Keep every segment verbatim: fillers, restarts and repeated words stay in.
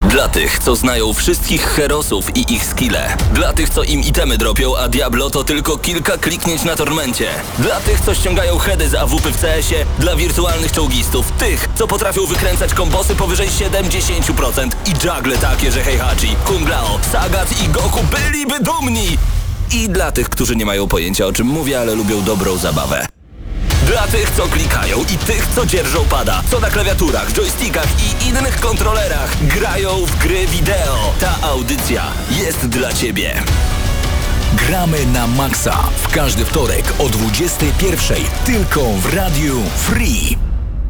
Dla tych, co znają wszystkich herosów i ich skille. Dla tych, co im itemy dropią, a Diablo to tylko kilka kliknięć na tormencie. Dla tych, co ściągają heady z A W P w C S-ie. Dla wirtualnych czołgistów. Tych, co potrafią wykręcać kombosy powyżej siedemdziesiąt procent. I juggle takie, że Heihachi, Kung Lao, Sagat i Goku byliby dumni. I dla tych, którzy nie mają pojęcia, o czym mówię, ale lubią dobrą zabawę. Dla tych, co klikają i tych, co dzierżą pada, co na klawiaturach, joystickach i innych kontrolerach grają w gry wideo. Ta audycja jest dla Ciebie. Gramy na maksa w każdy wtorek o dwudziestej pierwszej tylko w Radiu Free.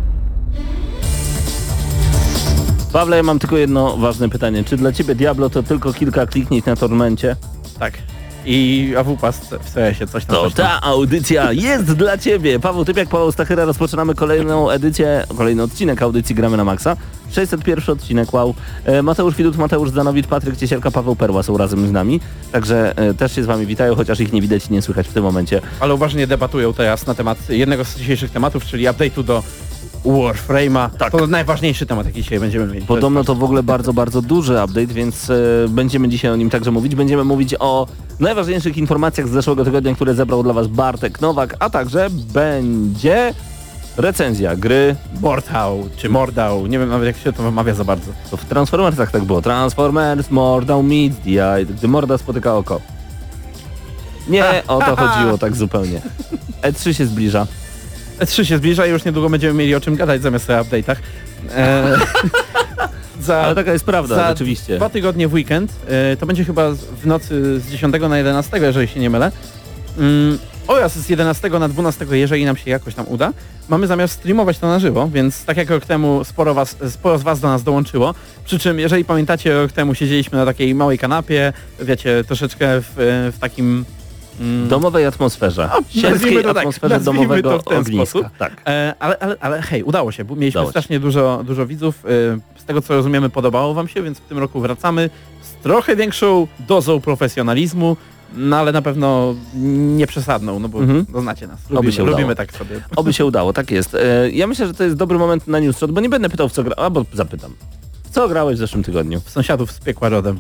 Pawle, ja mam tylko jedno ważne pytanie. Czy dla Ciebie Diablo to tylko kilka kliknięć na tormencie? Tak. I A W P w C S-ie, coś tam. To coś tam. ta audycja jest dla Ciebie. Paweł Typiak, Paweł Stachyra, rozpoczynamy kolejną edycję, kolejny odcinek audycji Gramy na Maxa. sześćset pierwszy odcinek, wow. E, Mateusz Widut, Mateusz Zdanowicz, Patryk Ciesielka, Paweł Perła są razem z nami. Także e, też się z Wami witają, chociaż ich nie widać i nie słychać w tym momencie. Ale uważnie debatują teraz na temat jednego z dzisiejszych tematów, czyli update'u do Warframe'a. Tak. To najważniejszy temat, jaki dzisiaj będziemy mieli. Podobno to w ogóle bardzo, bardzo duży update, więc e, będziemy dzisiaj o nim także mówić. Będziemy mówić o najważniejszych informacjach z zeszłego tygodnia, które zebrał dla Was Bartek Nowak, a także będzie recenzja gry Mordhau, czy Mordhau, nie wiem nawet jak się to wymawia za bardzo. To w Transformersach tak było. Transformers, Mordhau meets the eye, gdy morda spotyka oko. Nie o to chodziło tak zupełnie. E trzy się zbliża. E trzy się zbliża i już niedługo będziemy mieli o czym gadać zamiast o update'ach. E, za, Ale taka jest prawda, za rzeczywiście. dwa tygodnie w weekend, e, to będzie chyba w nocy z dziesiątego na jedenastego, jeżeli się nie mylę. Mm, oraz z jedenastego na dwunastego, jeżeli nam się jakoś tam uda. Mamy zamiar streamować to na żywo, więc tak jak rok temu sporo, was, sporo z Was do nas dołączyło. Przy czym, jeżeli pamiętacie, rok temu siedzieliśmy na takiej małej kanapie, wiecie, troszeczkę w, w takim... W domowej atmosferze. O, Sielskiej nazwijmy to tak, atmosferze nazwijmy domowego to w ten ogniska. sposób. Tak. E, ale, ale, ale hej, udało się, bo mieliśmy Udało strasznie dużo, dużo widzów. E, z tego co rozumiemy, podobało Wam się, więc w tym roku wracamy z trochę większą dozą profesjonalizmu, no ale na pewno nie przesadną, no bo Mhm. no, znacie nas. Oby Lubimy, się udało. lubimy tak sobie. Oby się udało, tak jest. E, ja myślę, że to jest dobry moment na newsshot, bo nie będę pytał w co grałeś, albo zapytam. W co grałeś w zeszłym tygodniu? W Sąsiadów z piekła rodem.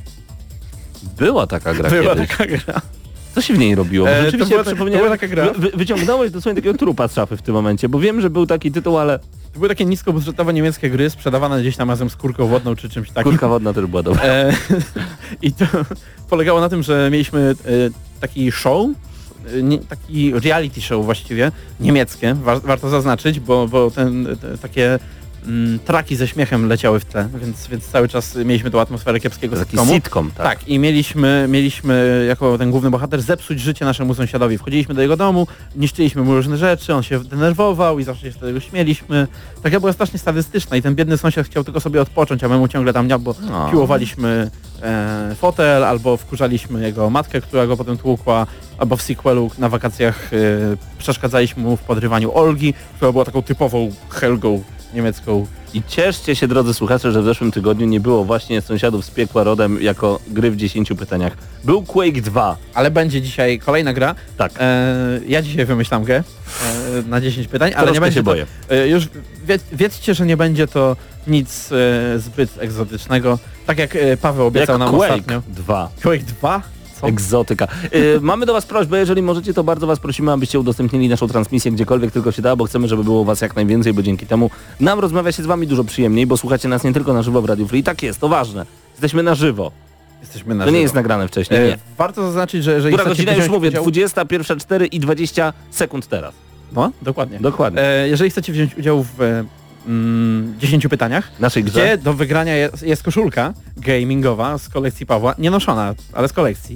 Była taka gra Była kiedyś. taka gra. Co się w niej robiło? Bo E, to rzeczywiście była tak- przypomniałem, to była taka gra. Wy, wyciągnąłeś dosłownie takiego trupa z szafy w tym momencie, bo wiem, że był taki tytuł, ale To były takie niskobudżetowe niemieckie gry, sprzedawane gdzieś tam razem z kurką wodną czy czymś takim. kurka wodna też była dobra. E, I to polegało na tym, że mieliśmy e, taki show, e, nie, taki reality show właściwie, niemieckie, war, warto zaznaczyć, bo, bo ten, te, takie mm, traki ze śmiechem leciały w tle, więc, więc cały czas mieliśmy tą atmosferę kiepskiego Taki sitcomu. sitcom, tak. Tak, i mieliśmy, mieliśmy jako ten główny bohater zepsuć życie naszemu sąsiadowi. Wchodziliśmy do jego domu, niszczyliśmy mu różne rzeczy, on się denerwował i zawsze się z tego śmieliśmy. Taka była strasznie sadystyczna i ten biedny sąsiad chciał tylko sobie odpocząć, a my mu ciągle tam, bo O. piłowaliśmy e, fotel, albo wkurzaliśmy jego matkę, która go potem tłukła, albo w sequelu na wakacjach e, przeszkadzaliśmy mu w podrywaniu Olgi, która była taką typową Helgą niemiecką. I cieszcie się, drodzy słuchacze, że w zeszłym tygodniu nie było właśnie Sąsiadów z piekła rodem jako gry w dziesięciu pytaniach. Był Quake dwa. Ale będzie dzisiaj kolejna gra. Tak. E, ja dzisiaj wymyślam grę e, na dziesięć pytań, ale Troszkę nie będzie się to, boję. E, już wie, wiedzcie, że nie będzie to nic e, zbyt egzotycznego. Tak jak e, Paweł obiecał Jak nam Quake ostatnio. dwa. Quake dwa? Co? Egzotyka. Y, mamy do Was prośbę, jeżeli możecie, to bardzo Was prosimy, abyście udostępnili naszą transmisję gdziekolwiek tylko się da, bo chcemy, żeby było Was jak najwięcej, bo dzięki temu nam rozmawia się z Wami dużo przyjemniej, bo słuchacie nas nie tylko na żywo w Radio Free. Tak jest, to ważne. Jesteśmy na żywo. Jesteśmy na To nie żywo. jest nagrane wcześniej, E, nie. warto zaznaczyć, że jeżeli Która chcecie godzina, już wziąć mówię, udział... dwudziesta pierwsza cztery i dwadzieścia sekund teraz. No, dokładnie. Dokładnie. E, jeżeli chcecie wziąć udział w e, mm, dziesięciu pytaniach, Naszej grze. gdzie do wygrania jest, jest koszulka gamingowa z kolekcji Pawła, nie noszona, ale z kolekcji.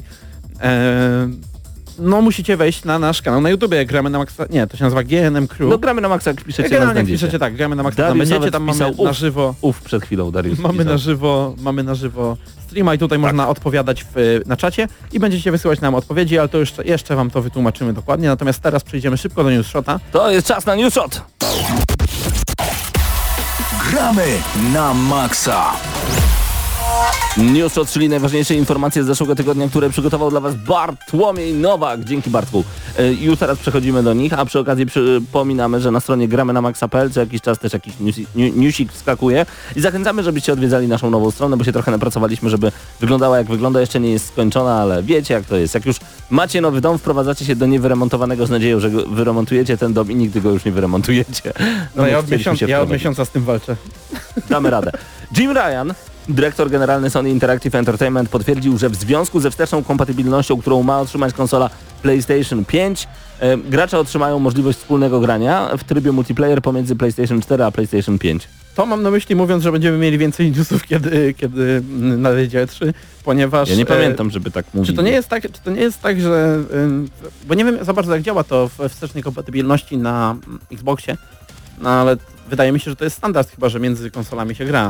E, no musicie wejść na nasz kanał na YouTubie, gramy na Maxa, nie, to się nazywa G N M Crew. No gramy na maksa, jak piszecie, nas Generalnie jak znajdziecie. piszecie tak, gramy na Maxa, tam Dariusz będziecie, nawet tam mamy wpisał na uf. żywo, Uf, przed chwilą Dariusz mamy wpisał. na żywo, mamy na żywo streama i tutaj można odpowiadać w, na czacie i będziecie wysyłać nam odpowiedzi, ale to jeszcze, jeszcze wam to wytłumaczymy dokładnie, natomiast teraz przejdziemy szybko do news shota. To jest czas na News Shot. Gramy na maksa. News, czyli najważniejsze informacje z zeszłego tygodnia, które przygotował dla Was Bartłomiej Nowak. Dzięki, Bartku. E, Już teraz przechodzimy do nich, a przy okazji przypominamy, że na stronie gramy na maxa kropka p l co jakiś czas też jakiś newsik, newsik wskakuje i zachęcamy, żebyście odwiedzali naszą nową stronę, bo się trochę napracowaliśmy, żeby wyglądała jak wygląda. Jeszcze nie jest skończona, ale wiecie jak to jest. Jak już macie nowy dom, wprowadzacie się do niewyremontowanego z nadzieją, że go wyremontujecie ten dom i nigdy go już nie wyremontujecie. No, No ja, my od chcieliśmy miesiąca, się ja od wprowadzić. miesiąca z tym walczę. Damy radę. Jim Ryan, dyrektor generalny Sony Interactive Entertainment, potwierdził, że w związku ze wsteczną kompatybilnością, którą ma otrzymać konsola PlayStation pięć, e, gracze otrzymają możliwość wspólnego grania w trybie multiplayer pomiędzy PlayStation cztery a PlayStation pięć. To mam na myśli, mówiąc, że będziemy mieli więcej newsów, kiedy, kiedy nadejdzie E trzy, ponieważ... Ja nie e, pamiętam, żeby tak mówić. Czy to nie jest tak, czy to nie jest tak, że... ym, bo nie wiem za bardzo jak działa to w wstecznej kompatybilności na mm, Xboxie, no ale wydaje mi się, że to jest standard chyba, że między konsolami się gra,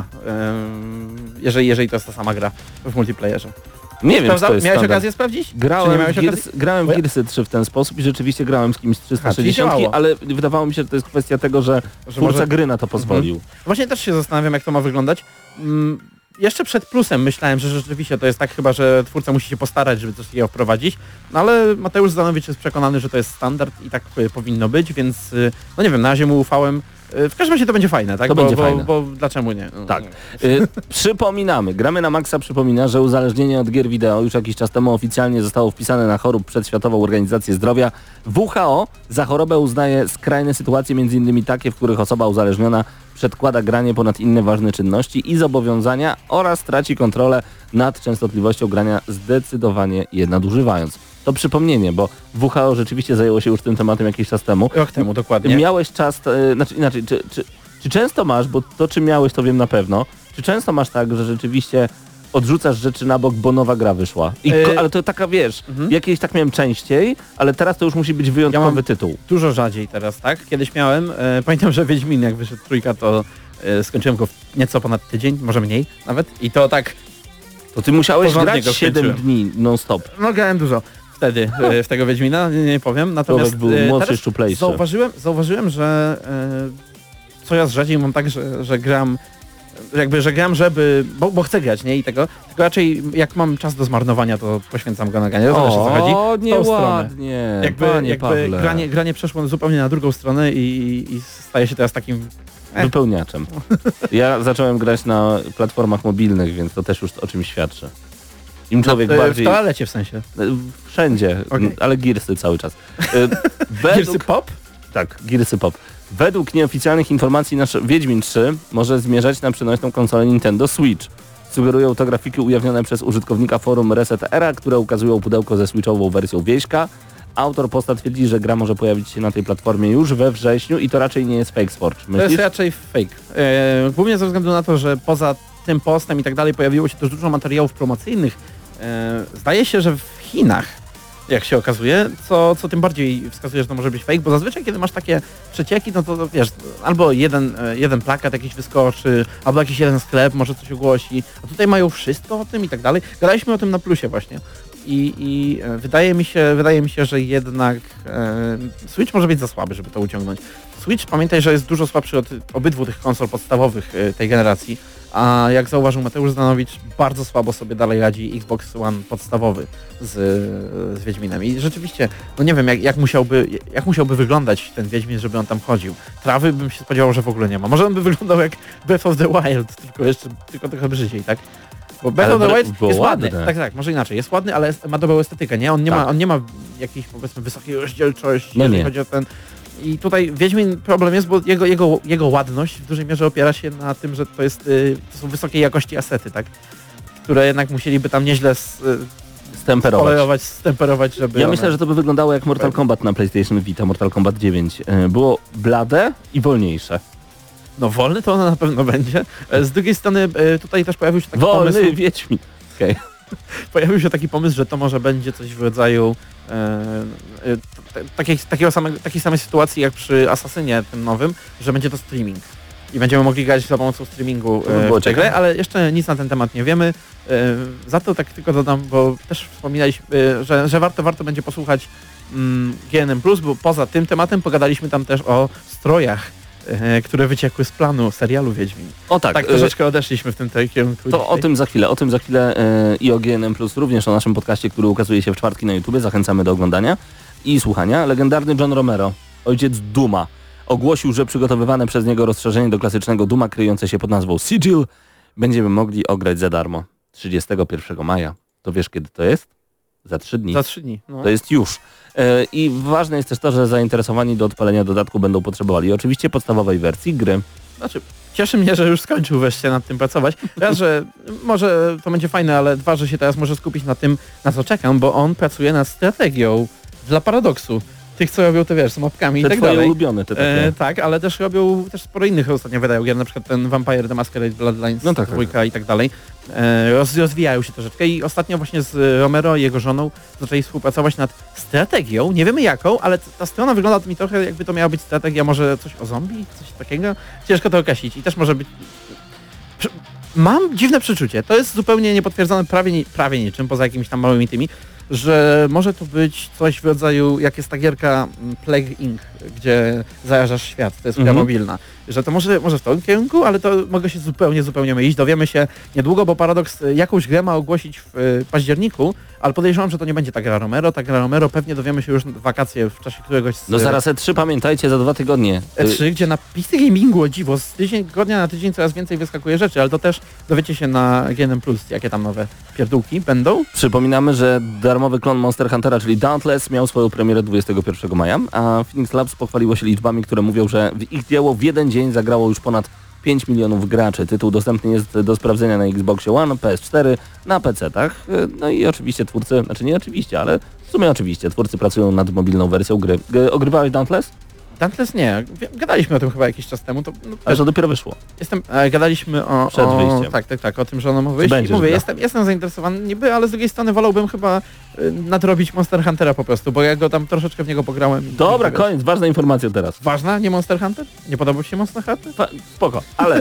ym, jeżeli, jeżeli to jest ta sama gra w multiplayerze. Nie wiem, czy Sprawdza- to jest Miałeś standard. okazję sprawdzić? Czy nie Grałem miałeś w, Gears, okazji? grałem Bo w ja- Gearsy trzy w ten sposób i rzeczywiście grałem z kimś z trzysta czyli sześćdziesiąt, działało. ale wydawało mi się, że to jest kwestia tego, że, Że twórca może- gry na to pozwolił. Właśnie też się zastanawiam, jak to ma wyglądać. Mm, jeszcze przed plusem myślałem, że rzeczywiście to jest tak chyba, że twórca musi się postarać, żeby coś takiego wprowadzić, no ale Mateusz Zdanowicz jest przekonany, że to jest standard i tak y, powinno być, więc y, no nie wiem, na razie mu ufałem. Y, w każdym razie to będzie fajne, tak? To bo, będzie bo, fajne. Bo, dlaczego nie? No, Tak. Y, przypominamy, gramy na Maxa przypomina, że uzależnienie od gier wideo już jakiś czas temu oficjalnie zostało wpisane na chorób przez Światową Organizację Zdrowia. W H O za chorobę uznaje skrajne sytuacje, m.in. takie, w których osoba uzależniona przedkłada granie ponad inne ważne czynności i zobowiązania oraz traci kontrolę nad częstotliwością grania, zdecydowanie je nadużywając. To przypomnienie, bo W H O rzeczywiście zajęło się już tym tematem jakiś czas temu. Rok temu, dokładnie. Miałeś czas, e, znaczy inaczej, czy, czy, czy często masz, bo to czy miałeś, to wiem na pewno, czy często masz tak, że rzeczywiście odrzucasz rzeczy na bok, bo nowa gra wyszła? I, ko- Yy. ale to taka, wiesz, Mhm. jakieś tak miałem częściej, ale teraz to już musi być wyjątkowy Ja mam- tytuł. Dużo rzadziej teraz, tak? Kiedyś miałem, e, pamiętam, że Wiedźmin jak wyszedł trójka, to e, skończyłem go w nieco ponad tydzień, może mniej nawet i to tak, To ty musiałeś Porządnie grać go siedem skończyłem. dni non-stop. no grałem dużo wtedy e, w tego Wiedźmina, nie, nie powiem, natomiast Człowiek był e, młodszy, teraz szczuplejszy. Zauważyłem, zauważyłem, że e, coraz rzadziej mam tak, że, że gram jakby, że gram, żeby, bo, bo chcę grać, nie? I tego, tylko raczej jak mam czas do zmarnowania, to poświęcam go na granie. Rozumiesz, o co chodzi? O, W tą stronę. nieładnie, Jakby, panie jakby Pawle. granie, granie przeszło zupełnie na drugą stronę i, i staje się teraz takim... Eh. Wypełniaczem. Ja zacząłem grać na platformach mobilnych, więc to też już o czymś świadczy. Im człowiek E, bardziej... W toalecie w sensie. Wszędzie, Okej. ale Gearsy cały czas. Y, Gearsy Według, Pop? tak, Gearsy Pop. Według nieoficjalnych informacji nasz Wiedźmin trzy może zmierzać na przenośną konsolę Nintendo Switch. Sugerują to grafiki ujawnione przez użytkownika forum Reset Era, które ukazują pudełko ze switchową wersją wieśka. Autor posta twierdzi, że gra może pojawić się na tej platformie już we wrześniu i to raczej nie jest fake sport. To jest Myślisz? raczej fake. E, głównie ze względu na to, że poza tym postem i tak dalej pojawiło się też dużo materiałów promocyjnych. E, zdaje się, że w Chinach, jak się okazuje, co, co tym bardziej wskazuje, że to może być fake, bo zazwyczaj kiedy masz takie przecieki, no to wiesz, albo jeden, e, jeden plakat jakiś wyskoczy, albo jakiś jeden sklep może coś ogłosi, a tutaj mają wszystko o tym i tak dalej. Gadaliśmy o tym na plusie właśnie. I, i e, wydaje mi się, wydaje mi się, że jednak e, Switch może być za słaby, żeby to uciągnąć. Switch, pamiętaj, że jest dużo słabszy od obydwu tych konsol podstawowych e, tej generacji, a jak zauważył Mateusz Zdanowicz, bardzo słabo sobie dalej radzi Xbox One podstawowy z, z Wiedźminem. I rzeczywiście, no nie wiem, jak, jak, musiałby, jak musiałby wyglądać ten Wiedźmin, żeby on tam chodził. Trawy bym się spodziewał, że w ogóle nie ma. Może on by wyglądał jak Breath of the Wild, tylko jeszcze, tylko trochę brzydziej, tak? Bo Breath Ale of the Bre- Wild było jest ładny. ładne. Tak, tak, może inaczej. Jest ładny, ale jest, ma dobrą estetykę, nie? On nie, Tak. ma, on nie ma jakiejś, powiedzmy, wysokiej rozdzielczości, No jeżeli nie. chodzi o ten... I tutaj Wiedźmin problem jest, bo jego, jego, jego ładność w dużej mierze opiera się na tym, że to jest, y, to są wysokiej jakości asety, tak? Które jednak musieliby tam nieźle s, y, Stemperować. polerować, stemperować, żeby Ja one... myślę, że to by wyglądało jak Mortal Kombat na PlayStation Vita, Mortal Kombat dziewięć. Y, Było blade i wolniejsze. No wolny to ona na pewno będzie. E, Z drugiej strony e, tutaj też pojawił się taki Wolny pomysł, Wiedźmin. Okej. pojawił się taki pomysł, że to może będzie coś w rodzaju e, e, t- takiej, takiego samego, takiej samej sytuacji jak przy Asasynie tym nowym, że będzie to streaming. I będziemy mogli grać za pomocą streamingu To by e, było w tę grę, ciekawe. ale jeszcze nic na ten temat nie wiemy. E, za to tak tylko dodam, bo też wspominaliśmy, e, że, że warto, warto będzie posłuchać mm, G N M plus, bo poza tym tematem pogadaliśmy tam też o strojach e, które wyciekły z planu serialu Wiedźmin. O tak, Tak y, troszeczkę odeszliśmy w tym tej kierunku. to o dzisiaj. tym za chwilę, o tym za chwilę y, i o G N M plus, również o naszym podcaście, który ukazuje się w czwartki na YouTubie. Zachęcamy do oglądania i słuchania. Legendarny John Romero, ojciec Duma, ogłosił, że przygotowywane przez niego rozszerzenie do klasycznego Duma kryjące się pod nazwą Sigil będziemy mogli ograć za darmo. trzydziestego pierwszego maja. To wiesz, kiedy to jest? Za trzy dni. Za trzy dni. No. To jest już. E, I ważne jest też to, że zainteresowani do odpalenia dodatku będą potrzebowali oczywiście podstawowej wersji gry. Znaczy, cieszy mnie, że już skończył wreszcie nad tym pracować. Raz, że może to będzie fajne, ale dwa, że się teraz może skupić na tym, na co czekam, bo on pracuje nad strategią dla Paradoksu. Tych, co robią te, wiesz, z mapkami Te i tak twoje dalej. ulubione, te takie. E, tak, ale też robią też sporo innych ostatnio wydają gier, na przykład ten Vampire the Masquerade Bloodlines, No tak, dwójka i tak dalej. E, roz, rozwijają się troszeczkę i ostatnio właśnie z Romero i jego żoną zaczęli współpracować nad strategią, nie wiemy jaką, ale t- ta strona wygląda mi trochę jakby to miała być strategia, może coś o zombie, coś takiego. Ciężko to określić i też może być... Prze- Mam dziwne przeczucie, to jest zupełnie niepotwierdzone prawie, ni- prawie niczym, poza jakimiś tam małymi tymi, że może to być coś w rodzaju, jak jest ta gierka mm, Plague incorporated, gdzie zarażasz świat, to jest gra Mhm. mobilna. Że to może, może w tym kierunku, ale to mogę się zupełnie, zupełnie mylić. Dowiemy się niedługo, bo Paradox y, jakąś grę ma ogłosić w y, październiku, ale podejrzewam, że to nie będzie ta gra Romero. Ta gra Romero pewnie dowiemy się już w wakacje w czasie któregoś z No zaraz E trzy, pamiętajcie, za dwa tygodnie. E trzy, gdzie na P C Gamingu, o dziwo, z tygodnia na tydzień coraz więcej wyskakuje rzeczy, ale to też dowiecie się na G N M plus, jakie tam nowe pierdółki będą. Przypominamy, że darmowy klon Monster Huntera, czyli Dauntless, miał swoją premierę dwudziestego pierwszego maja, a Phoenix Labs pochwaliło się liczbami, które mówią, że w ich dzieło w jeden dzień zagrało już ponad pięć milionów graczy. Tytuł dostępny jest do sprawdzenia na Xboxie One, P S cztery, na pecetach. No i oczywiście twórcy, znaczy nie oczywiście, ale w sumie oczywiście, twórcy pracują nad mobilną wersją gry. G- Ogrywałeś Dauntless? Dauntless nie, Wie- gadaliśmy o tym chyba jakiś czas temu, to no, Ale też to dopiero wyszło. jestem, e, gadaliśmy o, Przed o wyjściem. tak, tak, tak, o tym, że ono ma wyjść i będziesz mówię, grał? jestem, jestem zainteresowany niby, ale z drugiej strony wolałbym chyba y, nadrobić Monster Huntera po prostu, bo ja go tam troszeczkę w niego pograłem. i- Dobra, i wiesz. koniec, ważna informacja teraz. Ważna, nie Monster Hunter? Nie podobał ci się Monster Hunter? Fa- spoko, ale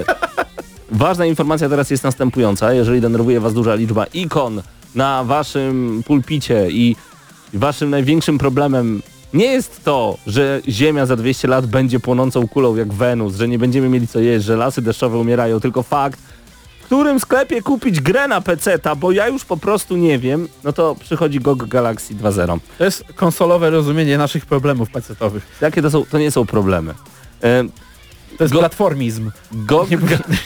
ważna informacja teraz jest następująca. Jeżeli denerwuje was duża liczba ikon na waszym pulpicie i waszym największym problemem nie jest to, że Ziemia za dwieście lat będzie płonącą kulą jak Wenus, że nie będziemy mieli co jeść, że lasy deszczowe umierają, tylko fakt, w którym sklepie kupić grę na peceta, bo ja już po prostu nie wiem, no to przychodzi G O G Galaxy dwa zero. To jest konsolowe rozumienie naszych problemów pecetowych. Jakie to są? To nie są problemy. E, To jest Go- platformizm. G O G...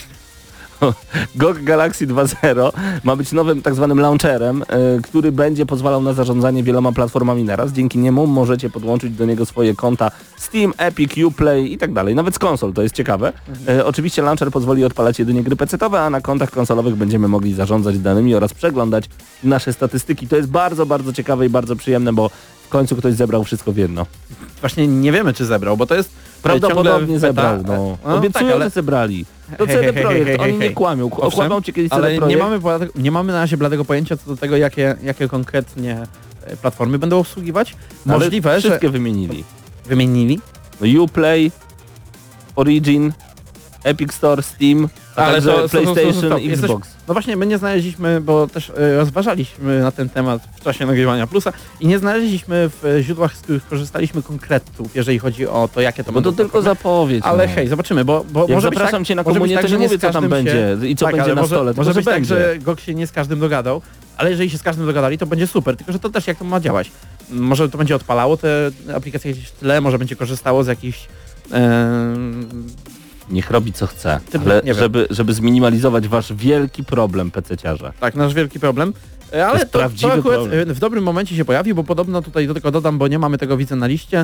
G O G Galaxy dwa zero ma być nowym tak zwanym launcherem, y, który będzie pozwalał na zarządzanie wieloma platformami naraz. Dzięki niemu możecie podłączyć do niego swoje konta Steam, Epic, Uplay i tak dalej. Nawet z konsol, to jest ciekawe. Y, oczywiście launcher pozwoli odpalać jedynie gry pecetowe, a na kontach konsolowych będziemy mogli zarządzać danymi oraz przeglądać nasze statystyki. To jest bardzo, bardzo ciekawe i bardzo przyjemne, bo w końcu ktoś zebrał wszystko w jedno. Właśnie nie wiemy, czy zebrał, bo to jest Prawdopodobnie ciągle beta. zebrał, no. No, Obiecują, tak, ale- że zebrali. To Hej, hej, C D hej, Projekt, hej, hej, oni nie hej. kłamią. Owszem, Okłamał cię kiedyś C D Ale Projekt. nie mamy, bladego- nie mamy na razie bladego pojęcia co do tego, jakie, jakie konkretnie e, platformy będą obsługiwać. Ale Możliwe, że wszystkie wymienili. wymienili. No Uplay, Origin, Epic Store, Steam, a Ale także to- to- to- to- to- PlayStation, to- jesteś- Xbox. No właśnie, my nie znaleźliśmy, bo też e, rozważaliśmy na ten temat w czasie nagrywania Plusa i nie znaleźliśmy w e, źródłach, z których korzystaliśmy konkretów, jeżeli chodzi o to, jakie to Bo będą to tylko platformy. zapowiedź. Ale no. hej, zobaczymy, bo, bo Jak może być zapraszam tak, cię na może być komunię, tak, to że nie nie mówię, z co tam każdym będzie się- i co tak, będzie ale na może, stole, tylko może że być tak, będzie. że G O G się nie z każdym dogadał, ale jeżeli się z każdym dogadali, to będzie super, tylko że to też jak to ma działać. Może to będzie odpalało te aplikacje gdzieś w tle, może będzie korzystało z jakichś em, Niech robi co chce, Ty- ale nie wiem. żeby, żeby zminimalizować wasz wielki problem pececiarza. tak, nasz wielki problem. E, Ale jest to, to prawdziwy akurat problem. e, w dobrym momencie się pojawi, bo podobno tutaj do tego dodam, bo nie mamy tego widzę na liście.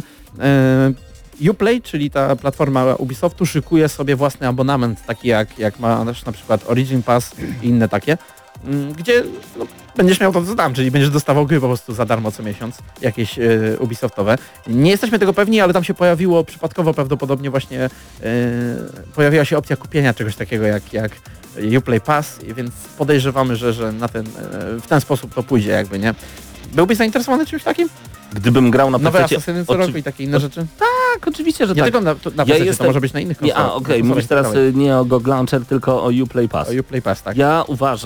E, Uplay, czyli ta platforma Ubisoftu, szykuje sobie własny abonament, taki jak, jak ma nasz na przykład Origin Pass i inne takie, m, gdzie no, będziesz miał to, co tam, czyli będziesz dostawał gry po prostu za darmo co miesiąc, jakieś e, Ubisoftowe. Nie jesteśmy tego pewni, ale tam się pojawiło przypadkowo prawdopodobnie właśnie e, pojawiła się opcja kupienia czegoś takiego jak, jak Uplay Pass, i więc podejrzewamy, że, że na ten, e, w ten sposób to pójdzie jakby, nie? Byłbyś zainteresowany czymś takim? Gdybym grał na Nowe pececie... Asasyny co oczy- roku i takie inne rzeczy? Tak, oczywiście, że Nie tak. tylko na, to, na Ja pececie, jestem- to może być na innych Nie, konsolach. a okej, konsolach mówisz i tak teraz dalej. y, nie o G O G Launcher, tylko o Uplay Pass. O Uplay Pass, tak. Ja uważam,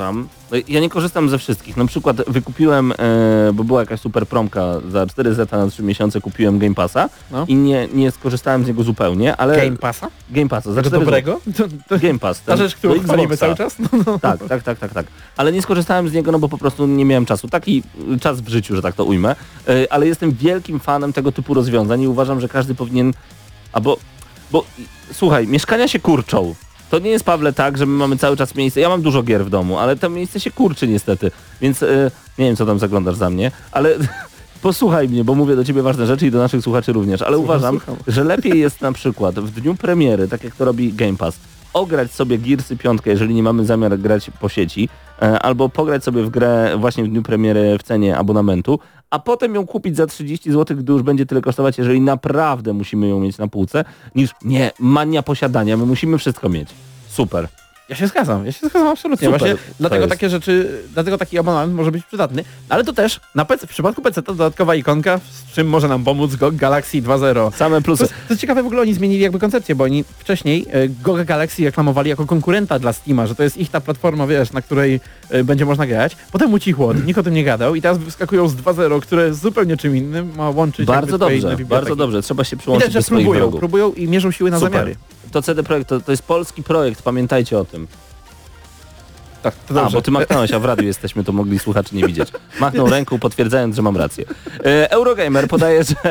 No, ja nie korzystam ze wszystkich. Na przykład wykupiłem, e, bo była jakaś super promka za cztery zeta na trzy miesiące, kupiłem Game Passa No. i nie, nie skorzystałem z niego zupełnie, ale... Game Passa? Game Passa, za Tego cztery dobrego? To, to Game Pass. ta ten rzecz, którą do chwalimy Xboxa. cały czas? No, no. Tak, tak, tak, tak, tak. Ale nie skorzystałem z niego, no bo po prostu nie miałem czasu. Taki czas w życiu, że tak to ujmę. E, ale jestem wielkim fanem tego typu rozwiązań i uważam, że każdy powinien... Albo... Bo słuchaj, mieszkania się kurczą. To nie jest, Pawle, tak, że my mamy cały czas miejsce. Ja mam dużo gier w domu, ale to miejsce się kurczy niestety. Więc e, nie wiem, co tam zaglądasz za mnie, ale posłuchaj mnie, bo mówię do ciebie ważne rzeczy i do naszych słuchaczy również. Ale Słucham, uważam, słucham. że lepiej jest na przykład w dniu premiery, tak jak to robi Game Pass, ograć sobie Gearsy piątkę, jeżeli nie mamy zamiar grać po sieci, e, albo pograć sobie w grę właśnie w dniu premiery w cenie abonamentu, a potem ją kupić za trzydzieści złotych, gdy już będzie tyle kosztować, jeżeli naprawdę musimy ją mieć na półce, niż nie, mania posiadania, my musimy wszystko mieć. Super. Ja się zgadzam, ja się zgadzam absolutnie. Super, Właśnie to dlatego jest. takie rzeczy, dlatego taki abonament może być przydatny, ale to też na P C, w przypadku P C to dodatkowa ikonka, z czym może nam pomóc G O G Galaxy dwa zero. Same To plusy. jest, to jest ciekawe, w ogóle oni zmienili jakby koncepcję, bo oni wcześniej e, G O G Galaxy reklamowali jako konkurenta dla Steama, że to jest ich ta platforma, wiesz, na której e, będzie można grać. Potem ucichło, nikt o tym nie gadał i teraz wyskakują z dwa zero, które jest zupełnie czym innym, ma łączyć Bardzo jakby swoje inne dobrze, biblioteki. bardzo dobrze. Trzeba się przyłączyć Widać, że do swoich próbują, wrogów. próbują i mierzą siły na Super. zamiary. To C D Projekt to, to jest polski projekt, pamiętajcie o tym. Tak, to A, dobrze. bo ty machnąłeś, a w radiu jesteśmy, to mogli słuchacze nie widzieć. Machnął ręką, potwierdzając, że mam rację. E, Eurogamer podaje, że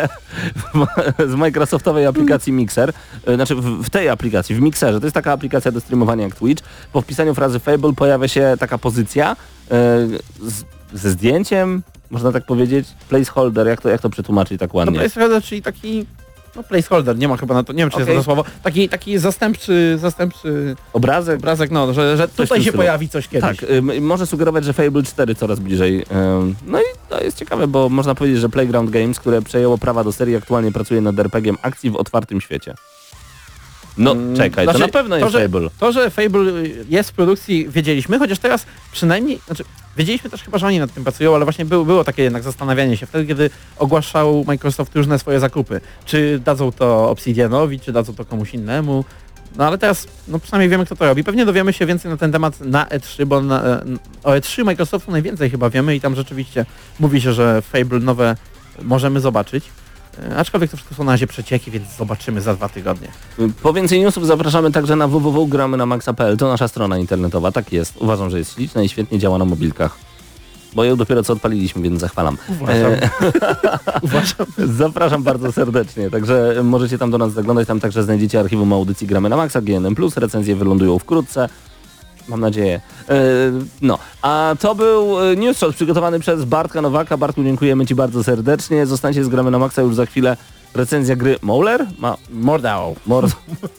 z Microsoftowej aplikacji Mixer, e, znaczy w, w tej aplikacji, w Mixerze, to jest taka aplikacja do streamowania jak Twitch, po wpisaniu frazy Fable pojawia się taka pozycja e, z, ze zdjęciem, można tak powiedzieć, placeholder, jak to, jak to przetłumaczyć tak To ładnie? placeholder, czyli taki no placeholder, nie ma chyba na to, nie wiem czy Okej. jest to słowo, taki, taki zastępczy, zastępczy Obrazek? obrazek, no, że, że w tutaj tym się stylu. pojawi coś kiedyś. Tak, ym, może sugerować, że Fable cztery coraz bliżej. Ym, no i to jest ciekawe, bo można powiedzieć, że Playground Games, które przejęło prawa do serii, aktualnie pracuje nad er pe giem akcji w otwartym świecie. No Mm, czekaj, znaczy, to na pewno jest to, że, Fable. To, że Fable jest w produkcji wiedzieliśmy, chociaż teraz przynajmniej, znaczy wiedzieliśmy też chyba, że oni nad tym pracują, ale właśnie było, było takie jednak zastanawianie się wtedy, kiedy ogłaszał Microsoft różne swoje zakupy. Czy dadzą to Obsidianowi, czy dadzą to komuś innemu. No ale teraz, no przynajmniej wiemy, kto to robi. Pewnie dowiemy się więcej na ten temat na E trzy, bo na, o E trzy Microsoftu najwięcej chyba wiemy i tam rzeczywiście mówi się, że Fable nowe możemy zobaczyć. E, Aczkolwiek to wszystko są na razie przecieki, więc zobaczymy za dwa tygodnie. Po więcej newsów zapraszamy także na w w w kropka gramy na maxa kropka p l. To nasza strona internetowa, tak jest. Uważam, że jest śliczna i świetnie działa na mobilkach. Bo ją dopiero co odpaliliśmy, więc zachwalam. Uważam. E, Uważam. Zapraszam bardzo serdecznie, także możecie tam do nas zaglądać, tam także znajdziecie archiwum audycji Gramy na Maxa, G N M plus, recenzje wylądują wkrótce. Mam nadzieję. E, no, a to był e, news shot przygotowany przez Bartka Nowaka. Bartku, dziękujemy Ci bardzo serdecznie. Zostańcie z Gramy na Maxa już za chwilę. Recenzja gry Mauler? Ma... Mordał. Mord...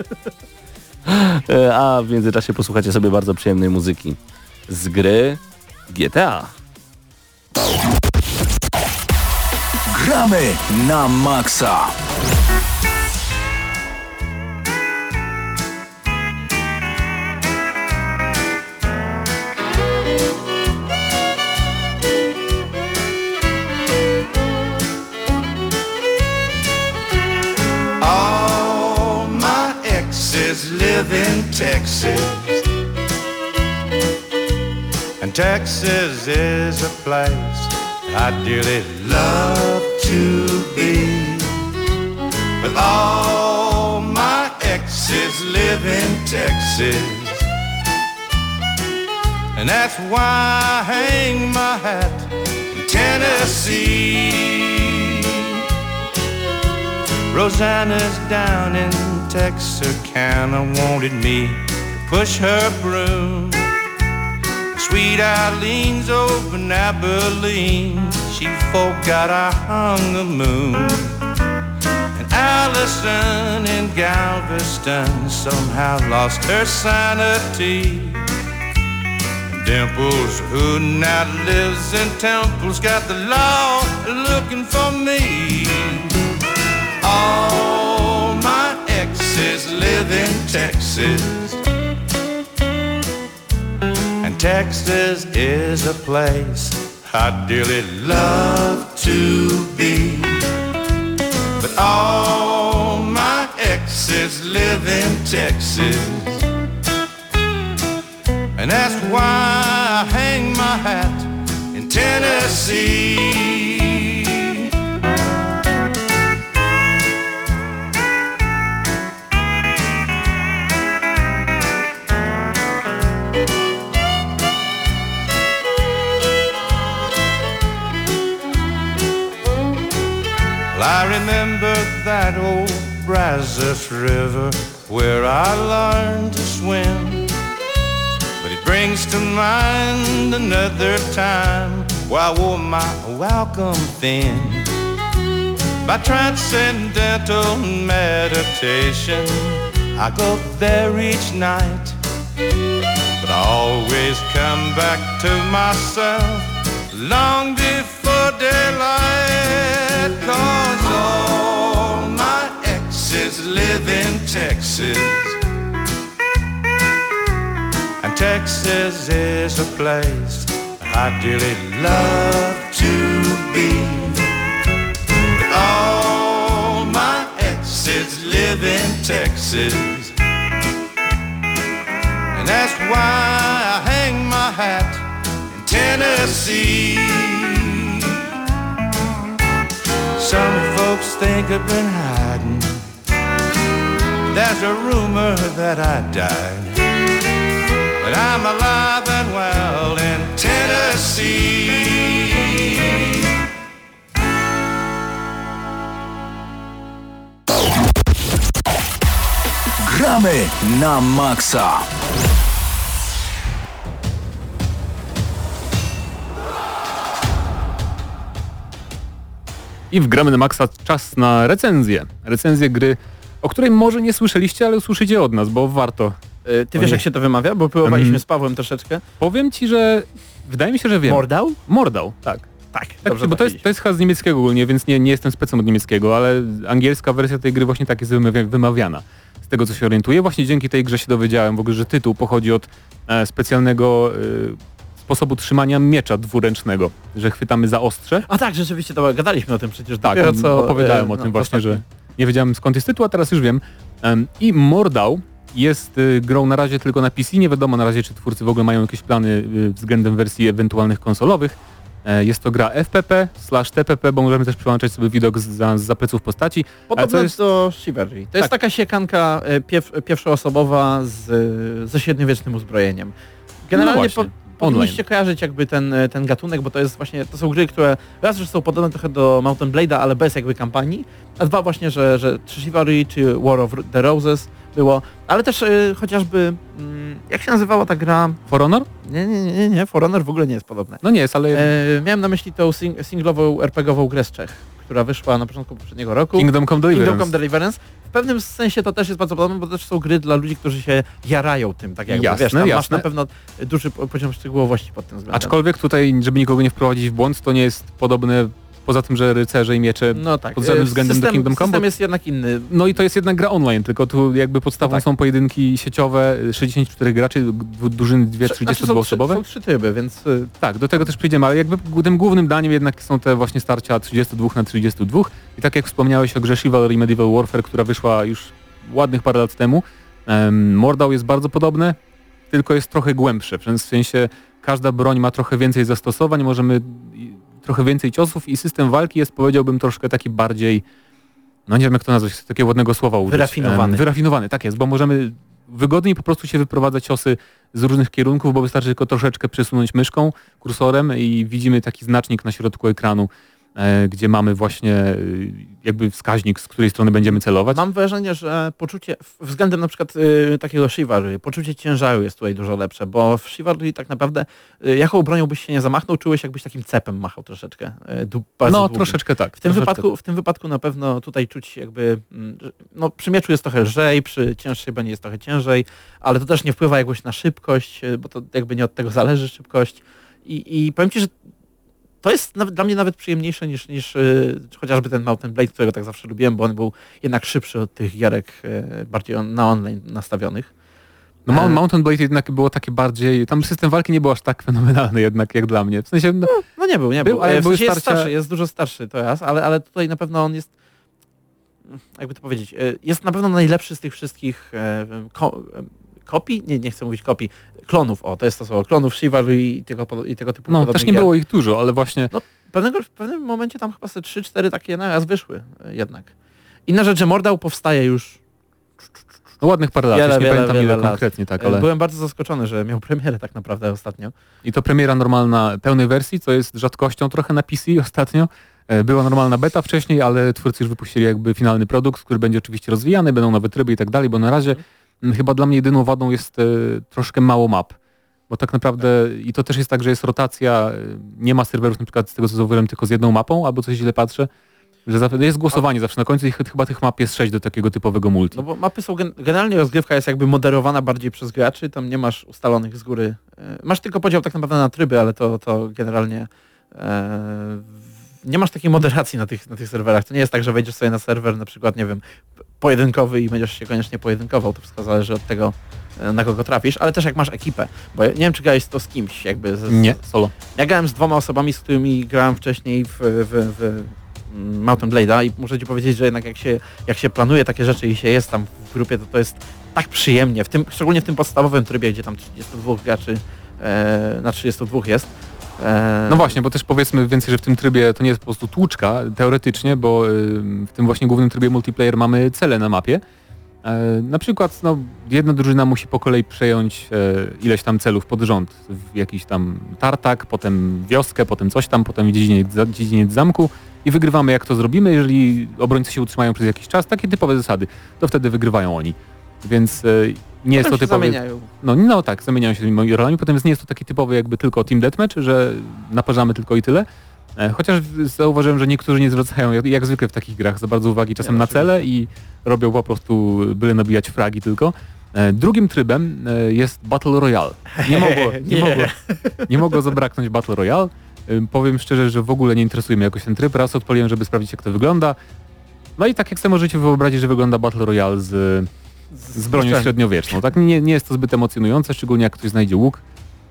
e, a w międzyczasie posłuchacie sobie bardzo przyjemnej muzyki z gry G T A. Gramy na maksa. All my exes live in Texas, and Texas is a place I dearly love to be. But all my exes live in Texas, and that's why I hang my hat in Tennessee. Rosanna's down in Texarkana, wanted me to push her broom. Sweet Eileen's over in Abilene, she forgot I hung the moon. And Allison in Galveston somehow lost her sanity. And Dimples, who now lives in Temple's, got the law looking for me. All my exes live in Texas, and Texas is a place I dearly love to be. But all my exes live in Texas, and that's why I hang my my hat in Tennessee. Well, I remember that old Brazos River where I learned to swim, but it brings to mind another time where I wore my welcome thin. By transcendental meditation, I go there each night, but I always come back to myself long before daylight, 'cause all my exes live in Texas, and Texas is a place I dearly love to be. But all my exes live in Texas, and that's why I hang my hat in Tennessee. Some folks think I've been hiding. There's a rumor that I died, but I'm alive and well in Tennessee. Gramy na maksa. I w Gramy na Maxa czas na recenzję. Recenzję gry, o której może nie słyszeliście, ale usłyszycie od nas, bo warto. Ty wiesz, Ojej. jak się to wymawia? Bo próbowaliśmy Mm. z Pawłem troszeczkę. Powiem ci, że wydaje mi się, że wiem. Mordał? Mordał, tak. Tak, Tak, dobrze bo to jest, trafiliśmy. to jest chyba z niemieckiego ogólnie, więc nie, nie jestem specem od niemieckiego, ale angielska wersja tej gry właśnie tak jest wymawia- wymawiana. Z tego, co się orientuję. Właśnie dzięki tej grze się dowiedziałem w ogóle, że tytuł pochodzi od e, specjalnego e, sposobu trzymania miecza dwuręcznego, że chwytamy za ostrze. A tak, rzeczywiście, to gadaliśmy o tym przecież. Tak, dopiero co, opowiadałem e, o no, tym właśnie, ostatnio. że nie wiedziałem skąd jest tytuł, a teraz już wiem. Um, I Mordał jest y, grą na razie tylko na P C, nie wiadomo na razie, czy twórcy w ogóle mają jakieś plany y, względem wersji ewentualnych konsolowych. E, jest to gra F P P slash T P P, bo możemy też przełączać sobie widok z za, z pleców postaci. Podobne co jest- do Chivalry. To jest Tak. taka siekanka e, pierw, pierwszoosobowa z, ze średniowiecznym uzbrojeniem. Generalnie No po, właśnie, powinniście kojarzyć jakby ten, ten gatunek, bo to jest właśnie, to są gry, które raz, że są podobne trochę do Mountain Blade'a, ale bez jakby kampanii, a dwa właśnie, że, że czy Chivalry, czy War of the Roses było, ale też y, chociażby, mm, jak się nazywała ta gra? For Honor? Nie, nie, nie, nie, nie, For Honor w ogóle nie jest podobne. No nie jest, ale E, miałem na myśli tą sing singlową er pe gie ową grę z Czech, która wyszła na początku poprzedniego roku. Kingdom Come Deliverance. Kingdom Come Deliverance. W pewnym sensie to też jest bardzo podobne, bo to też są gry dla ludzi, którzy się jarają tym, tak jakby, Jasne, wiesz, tam masz jasne. na pewno duży po- poziom szczegółowości pod tym względem. Aczkolwiek tutaj, żeby nikogo nie wprowadzić w błąd, to nie jest podobne, poza tym, że rycerze i miecze no tak, pod żadnym e, względem system, do Kingdom Come. System bo- jest jednak inny. No i to jest jednak gra online, tylko tu jakby podstawą No tak. są pojedynki sieciowe, sześćdziesiąt cztery graczy, dwu- drużyny dwie Znaczy, są, trzy, trzydziestodwuosobowe. są trzy tryby, więc y, Tak, do tego też przyjdziemy, ale jakby g- tym głównym daniem jednak są te właśnie starcia trzydzieści dwa na trzydzieści dwa i tak jak wspomniałeś o grze Chivalry Medieval Warfare, która wyszła już ładnych parę lat temu, um, Mordał jest bardzo podobne, tylko jest trochę głębsze, w sensie każda broń ma trochę więcej zastosowań, możemy i- trochę więcej ciosów i system walki jest, powiedziałbym, troszkę taki bardziej, no nie wiem jak to nazwać, takiego ładnego słowa użyć. Wyrafinowany. Em, wyrafinowany, tak jest, bo możemy wygodniej po prostu się wyprowadzać ciosy z różnych kierunków, bo wystarczy tylko troszeczkę przesunąć myszką, kursorem i widzimy taki znacznik na środku ekranu, e, gdzie mamy właśnie e, jakby wskaźnik, z której strony będziemy celować. mam wrażenie, że poczucie, w- względem na przykład y, takiego Chivalry, poczucie ciężaru jest tutaj dużo lepsze, bo w Chivalry tak naprawdę y, jaką bronią byś się nie zamachnął, czułeś jakbyś takim cepem machał troszeczkę. Y, du, bardzo No długim. troszeczkę tak. W tym, troszeczkę wypadku, w tym wypadku na pewno tutaj czuć jakby, mm, że- no przy mieczu jest trochę lżej, przy cięższej broni jest trochę ciężej, ale to też nie wpływa jakoś na szybkość, y, bo to jakby nie od tego zależy szybkość. I, i powiem Ci, że to jest nawet, dla mnie nawet przyjemniejsze niż, niż y, chociażby ten Mountain Blade, którego tak zawsze lubiłem, bo on był jednak szybszy od tych gierek y, bardziej on, na online nastawionych. No Mount- E, Mountain Blade jednak było takie bardziej, tam system walki nie był aż tak fenomenalny jednak jak dla mnie. W sensie, no, No nie był, nie Był, był, ale ale w były sensie jest starcia- starszy, jest dużo starszy to raz, ale, ale tutaj na pewno on jest, jakby to powiedzieć, e, jest na pewno najlepszy z tych wszystkich e, ko- e, kopii, nie, nie chcę mówić kopii, klonów, o to jest to słowo, klonów Chivalry i tego, i tego typu No podobnych też nie gier. było ich dużo, ale właśnie... No, pewnego, w pewnym momencie tam chyba ze trzy cztery takie naraz wyszły jednak. Inna rzecz, że Mordał powstaje już No ładnych parę lat, wiele, już nie wiele, pamiętam wiele ile lat. konkretnie, tak, ale... Byłem bardzo zaskoczony, że miał premierę tak naprawdę ostatnio. I to premiera normalna pełnej wersji, co jest rzadkością trochę na P C ostatnio. E, Była normalna beta wcześniej, ale twórcy już wypuścili jakby finalny produkt, który będzie oczywiście rozwijany, będą nowe tryby i tak dalej, bo na razie m, chyba dla mnie jedyną wadą jest e, troszkę mało map. Bo tak naprawdę, i to też jest tak, że jest rotacja, e, nie ma serwerów na przykład z tego co zauważyłem tylko z jedną mapą, albo coś źle patrzę, że zawsze, jest głosowanie zawsze na końcu i ch- chyba tych map jest sześć do takiego typowego multi. No bo mapy są, gen- generalnie rozgrywka jest jakby moderowana bardziej przez graczy, tam nie masz ustalonych z góry, e, masz tylko podział tak naprawdę na tryby, ale to, to generalnie e, nie masz takiej moderacji na tych, na tych serwerach. To nie jest tak, że wejdziesz sobie na serwer na przykład, nie wiem, pojedynkowy i będziesz się koniecznie pojedynkował, to wszystko zależy od tego, e, na kogo trafisz, ale też jak masz ekipę, bo ja nie wiem, czy grałeś to z kimś, jakby z, Nie, solo. ja grałem z dwoma osobami, z którymi grałem wcześniej w, w, w Mountain Blade'a i muszę ci powiedzieć, że jednak jak się, jak się planuje takie rzeczy i się jest tam w grupie, to to jest tak przyjemnie, w tym, szczególnie w tym podstawowym trybie, gdzie tam trzydziestu dwóch graczy e, na trzydziestu dwóch jest. E, No właśnie, bo też powiedzmy więcej, że w tym trybie to nie jest po prostu tłuczka, teoretycznie, bo y, w tym właśnie głównym trybie multiplayer mamy cele na mapie. E, na przykład no, jedna drużyna musi po kolei przejąć e, ileś tam celów pod rząd. W jakiś tam tartak, potem wioskę, potem coś tam, potem dziedziniec, za- dziedziniec zamku i wygrywamy jak to zrobimy. Jeżeli obrońcy się utrzymają przez jakiś czas, takie typowe zasady, to wtedy wygrywają oni. Więc e, nie jest to potem się typowe... zamieniają. No, no tak, zamieniają się tymi rolami, potem nie jest to taki typowy jakby tylko team deathmatch, że naparzamy tylko i tyle. E, Chociaż zauważyłem, że niektórzy nie zwracają, jak, jak zwykle w takich grach, za bardzo uwagi czasem Nie, na oczywiście. cele i robią po prostu byle nabijać fragi tylko. E, Drugim trybem e, jest Battle Royale. Nie mogło, nie, Nie. mogło, nie mogło zabraknąć Battle Royale. E, Powiem szczerze, że w ogóle nie interesuje mnie jakoś ten tryb. Raz odpaliłem, żeby sprawdzić jak to wygląda. No i tak jak sobie możecie wyobrazić, że wygląda Battle Royale z, z bronią z- średniowieczną. Tak nie, nie jest to zbyt emocjonujące, szczególnie jak ktoś znajdzie łuk.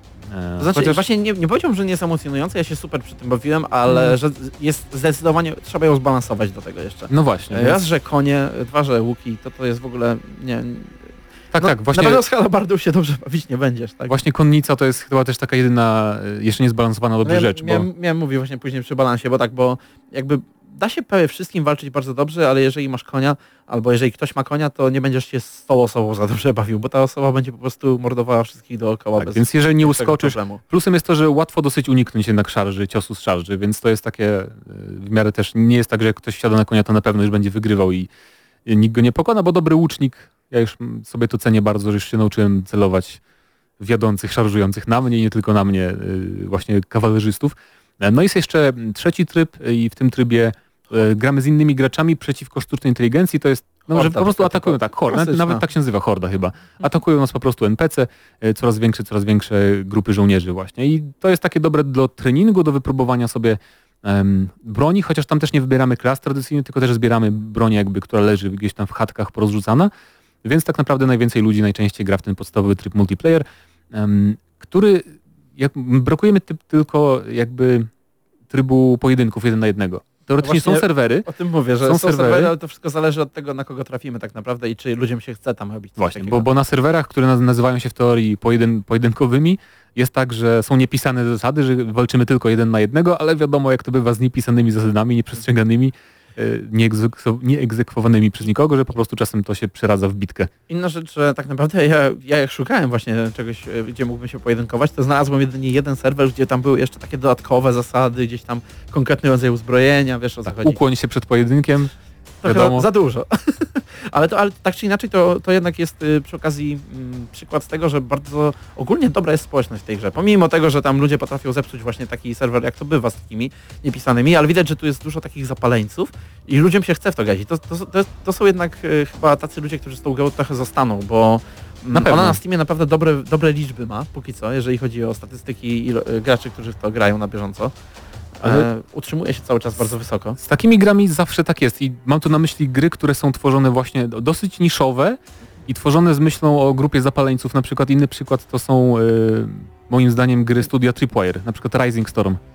E, To znaczy, chociaż- właśnie nie, nie powiedziałbym, że nie jest emocjonujące, ja się super przy tym bawiłem, ale Mm. że jest zdecydowanie, trzeba ją zbalansować do tego jeszcze. No właśnie. E, Więc, Raz, że konie, dwa, że łuki, to to jest w ogóle, nie... tak, no, tak. Właśnie, Na pewno z Halabardą się dobrze bawić nie będziesz, tak? właśnie konnica to jest chyba też taka jedyna e, jeszcze niezbalansowana dobrze No ja rzecz. Bo... miałem, miałem mówić właśnie później przy balansie, bo tak, bo jakby da się prawie wszystkim walczyć bardzo dobrze, ale jeżeli masz konia, albo jeżeli ktoś ma konia, to nie będziesz się z tą osobą za dobrze bawił, bo ta osoba będzie po prostu mordowała wszystkich dookoła Tak, bez więc jeżeli nie bez tego uskoczysz, problemu. plusem jest to, że łatwo dosyć uniknąć jednak szarży, ciosu z szarży, więc to jest takie e, w miarę też, nie jest tak, że jak ktoś siada na konia, to na pewno już będzie wygrywał i i nikt go nie pokona, bo dobry łucznik, ja już mm, sobie to cenię bardzo, że już się nauczyłem celować wiodących, szarżujących na mnie i nie tylko na mnie y, właśnie kawalerzystów. E, No jest jeszcze trzeci tryb y, i w tym trybie y, gramy z innymi graczami przeciwko sztucznej inteligencji, to jest, no, że Horda po prostu taka atakują, typowa. tak, horda, nawet, Klasyczna. nawet tak się nazywa, horda chyba. Atakują nas po prostu N P C, y, coraz większe, coraz większe grupy żołnierzy właśnie i to jest takie dobre do treningu, do wypróbowania sobie em, broni, chociaż tam też nie wybieramy klas tradycyjnie, tylko też zbieramy bronię jakby, która leży gdzieś tam w chatkach porozrzucana, więc tak naprawdę najwięcej ludzi najczęściej gra w ten podstawowy tryb multiplayer, em, który jak, brakuje mi ty, tylko jakby trybu pojedynków jeden na jednego. Teoretycznie No właśnie- są serwery, O tym mówię, że Są są, serwery. serwery, ale to wszystko zależy od tego, na kogo trafimy tak naprawdę i czy ludziom się chce tam robić coś właśnie, takiego. bo, bo na serwerach, które naz- nazywają się w teorii pojedyn, pojedynkowymi, jest tak, że są niepisane zasady, że walczymy tylko jeden na jednego, ale wiadomo jak to bywa z niepisanymi zasadami, nieprzestrzeganymi, e, nieegzekwo- nieegzekwowanymi przez nikogo, że po prostu czasem to się przeradza w bitkę. Inna rzecz, że tak naprawdę ja, ja jak szukałem właśnie czegoś, e, gdzie mógłbym się pojedynkować, to znalazłem jedynie jeden serwer, gdzie tam były jeszcze takie dodatkowe zasady, gdzieś tam konkretny rodzaj uzbrojenia, wiesz o co chodzi. Ukłoń się przed pojedynkiem, To wiadomo. chyba za dużo. ale, to, ale tak czy inaczej to, to jednak jest y, przy okazji mm, przykład z tego, że bardzo ogólnie dobra jest społeczność w tej grze. Pomimo tego, że tam ludzie potrafią zepsuć właśnie taki serwer, jak to bywa z takimi niepisanymi, ale widać, że tu jest dużo takich zapaleńców i ludziom się chce w to grać. I to, to, to, to są jednak y, chyba tacy ludzie, którzy z tą grą trochę zostaną, bo mm, Na pewno. ona na Steamie naprawdę dobre, dobre liczby ma, póki co, jeżeli chodzi o statystyki i y, graczy, którzy w to grają na bieżąco. Ale- E, utrzymuje się cały czas bardzo wysoko. Z takimi grami zawsze tak jest i mam tu na myśli gry, które są tworzone właśnie dosyć niszowe i tworzone z myślą o grupie zapaleńców. Na przykład inny przykład to są y, moim zdaniem gry studia Tripwire, na przykład Rising Storm.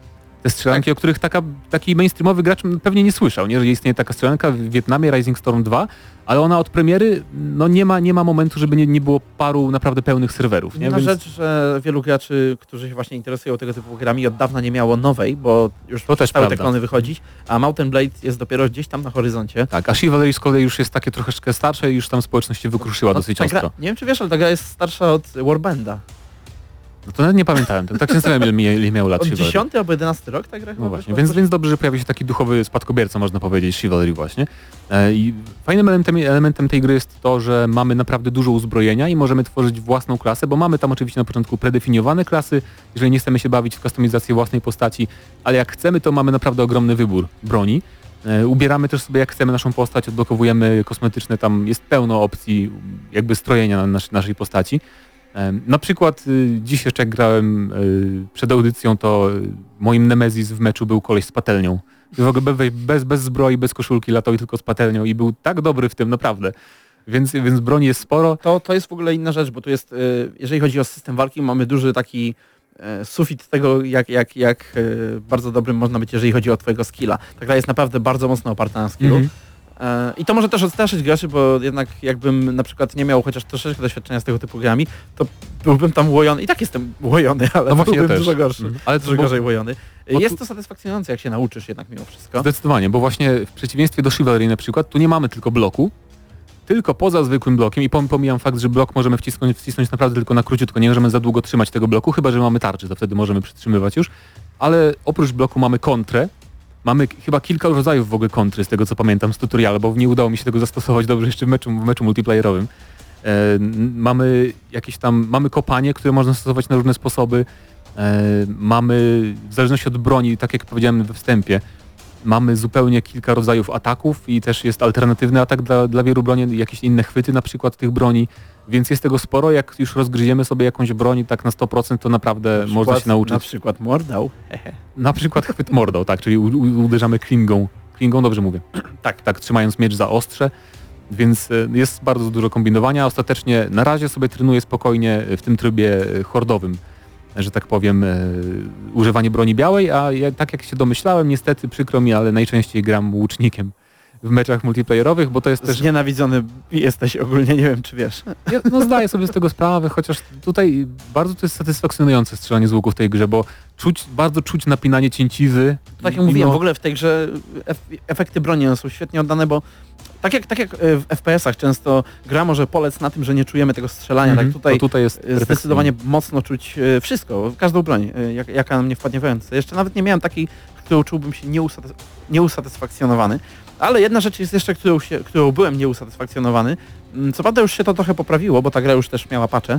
Te strzelanki, o których taka, taki mainstreamowy gracz pewnie nie słyszał, nie? Że istnieje taka strzelanka w Wietnamie, Rising Storm dwa, ale ona od premiery no nie ma, nie ma momentu, żeby nie, nie było paru naprawdę pełnych serwerów. Nie? Na Więc rzecz, że wielu graczy, którzy się właśnie interesują tego typu grami, od dawna nie miało nowej, bo już To też przestały te prawda. klony wychodzić, a Mount and Blade jest dopiero gdzieś tam na horyzoncie. tak, a Chivalry z kolei już jest takie troszeczkę starsze i już tam społeczność się wykruszyła No, dosyć ta gra, ostro. nie wiem czy wiesz, ale ta gra jest starsza od Warbanda. No to nawet nie pamiętałem, tak się zastanawiam, ile ile miał lat Od Chivalry. dziesiąty albo jedenasty rok ta gra chyba No właśnie, wyszła? więc, więc dobrze, że pojawił się taki duchowy spadkobierca, można powiedzieć, Chivalry właśnie. E, I fajnym elementem, elementem tej gry jest to, że mamy naprawdę dużo uzbrojenia i możemy tworzyć własną klasę, bo mamy tam oczywiście na początku predefiniowane klasy, jeżeli nie chcemy się bawić w kustomizację własnej postaci, ale jak chcemy, to mamy naprawdę ogromny wybór broni. E, ubieramy też sobie jak chcemy naszą postać, odblokowujemy kosmetyczne, tam jest pełno opcji jakby strojenia na nasz, naszej postaci. Na przykład y, dziś jeszcze jak grałem y, przed audycją, to y, moim Nemezis w meczu był koleś z patelnią. W ogóle bez, bez, bez zbroi, bez koszulki, latał i tylko z patelnią i był tak dobry w tym, naprawdę. Więc, więc broni jest sporo. To, to jest w ogóle inna rzecz, bo tu jest, y, jeżeli chodzi o system walki, mamy duży taki y, sufit tego, jak, jak, jak y, bardzo dobrym można być, jeżeli chodzi o twojego skilla. Ta gra jest naprawdę bardzo mocno oparta na skillu. Mhm. E, I to może też odstraszyć graczy, bo jednak jakbym na przykład nie miał chociaż troszeczkę doświadczenia z tego typu grami, to byłbym tam łojony. I tak jestem łojony, ale No właśnie byłbym ja też. dużo gorszy. Mhm. Ale to Dużo bo- gorzej łojony. bo Jest tu- to satysfakcjonujące, jak się nauczysz jednak mimo wszystko. Zdecydowanie, bo właśnie w przeciwieństwie do Chivalry na przykład, tu nie mamy tylko bloku, tylko poza zwykłym blokiem i pom- pomijam fakt, że blok możemy wcisnąć, wcisnąć naprawdę tylko na króciutko, nie możemy za długo trzymać tego bloku, chyba że mamy tarczy, to wtedy możemy przytrzymywać już, ale oprócz bloku mamy kontrę, mamy k- chyba kilka rodzajów w ogóle kontry, z tego co pamiętam z tutoriala, bo nie udało mi się tego zastosować dobrze jeszcze w meczu, w meczu multiplayerowym. E, n- mamy jakieś tam, mamy kopanie, które można stosować na różne sposoby, e, mamy w zależności od broni, tak jak powiedziałem we wstępie, mamy zupełnie kilka rodzajów ataków i też jest alternatywny atak dla, dla wielu broni, jakieś inne chwyty na przykład tych broni, więc jest tego sporo. Jak już rozgryziemy sobie jakąś broń tak na sto procent, to naprawdę Na można przykład- się nauczyć. Na przykład mordał. Na przykład chwyt mordą, tak, czyli u, u, uderzamy klingą. Klingą, dobrze mówię. Tak. Tak, trzymając miecz za ostrze. Więc e, jest bardzo dużo kombinowania. Ostatecznie na razie sobie trenuję spokojnie w tym trybie e, hordowym, że tak powiem, e, używanie broni białej, a ja, tak jak się domyślałem, niestety przykro mi, ale najczęściej gram łucznikiem w meczach multiplayerowych, bo to jest też... Znienawidzony jesteś ogólnie, nie wiem czy wiesz. Ja, no zdaję sobie z tego sprawę, chociaż tutaj bardzo to jest satysfakcjonujące strzelanie z łuku w tej grze, bo czuć, bardzo czuć napinanie cięciwy. Tak jak I- mówiłem, no, w ogóle w tej grze ef- efekty broni one są świetnie oddane, bo tak jak, tak jak e, w F P S-ach często gra może polec na tym, że nie czujemy tego strzelania, mhm, tak tutaj to tutaj jest e, zdecydowanie mocno czuć e, wszystko, każdą broń, e, jak, jaka na mnie wpadnie w ręce. Jeszcze nawet nie miałem takiej, którą czułbym się nieusatys- nieusatysfakcjonowany, ale jedna rzecz jest jeszcze, którą, się, którą byłem nieusatysfakcjonowany. Mm, Co prawda już się to trochę poprawiło, bo ta gra już też miała patche,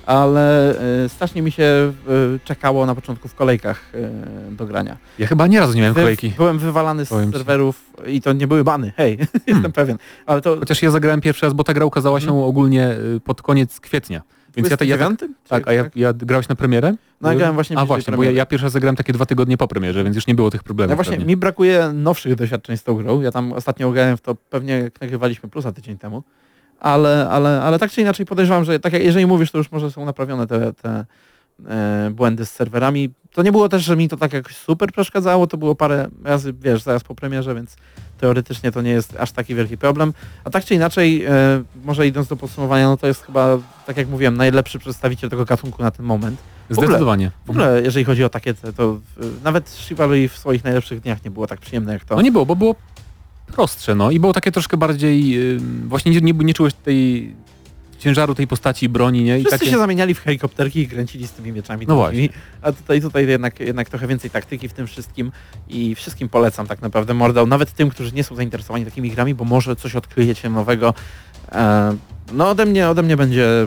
ale e, strasznie mi się e, czekało na początku w kolejkach e, do grania. Ja chyba nie razu nie miałem Wy- kolejki. Byłem wywalany z Powiem ci. serwerów i to nie były bany, hej, jestem pewien. Ale to Chociaż ja zagrałem pierwszy raz, bo ta gra ukazała się Mhm. ogólnie y, pod koniec kwietnia. Więc ja, ta- ja, tak, dziewiątym? tak, a ja, ja grałeś na premierę? No ja grałem właśnie A bliżej właśnie, bo ja, premiery. ja pierwszy raz zagrałem takie dwa tygodnie po premierze, więc już nie było tych problemów. Ja właśnie, pewnie. mi brakuje nowszych doświadczeń z tą grą. Ja tam ostatnio grałem w to pewnie jak nagrywaliśmy plusa tydzień temu. Ale, ale, ale tak czy inaczej podejrzewam, że tak jak jeżeli mówisz, to już może są naprawione te, te e, błędy z serwerami. To nie było też, że mi to tak jakoś super przeszkadzało, to było parę razy, wiesz, zaraz po premierze, więc teoretycznie to nie jest aż taki wielki problem. A tak czy inaczej, e, może idąc do podsumowania, no to jest chyba, tak jak mówiłem, najlepszy przedstawiciel tego gatunku na ten moment. W ogóle, Zdecydowanie. w ogóle jeżeli chodzi o takie, te, to e, nawet Chivalry w swoich najlepszych dniach nie było tak przyjemne jak to. No nie było, bo było prostsze, no i było takie troszkę bardziej, yy, właśnie nie, nie, nie czułeś tej ciężaru tej postaci i broni, nie? I Wszyscy takie... się zamieniali w helikopterki i kręcili z tymi mieczami. No takimi. A tutaj, tutaj jednak, jednak trochę więcej taktyki w tym wszystkim i wszystkim polecam tak naprawdę Mordał, nawet tym, którzy nie są zainteresowani takimi grami, bo może coś odkryjecie nowego. E, no ode mnie, ode mnie będzie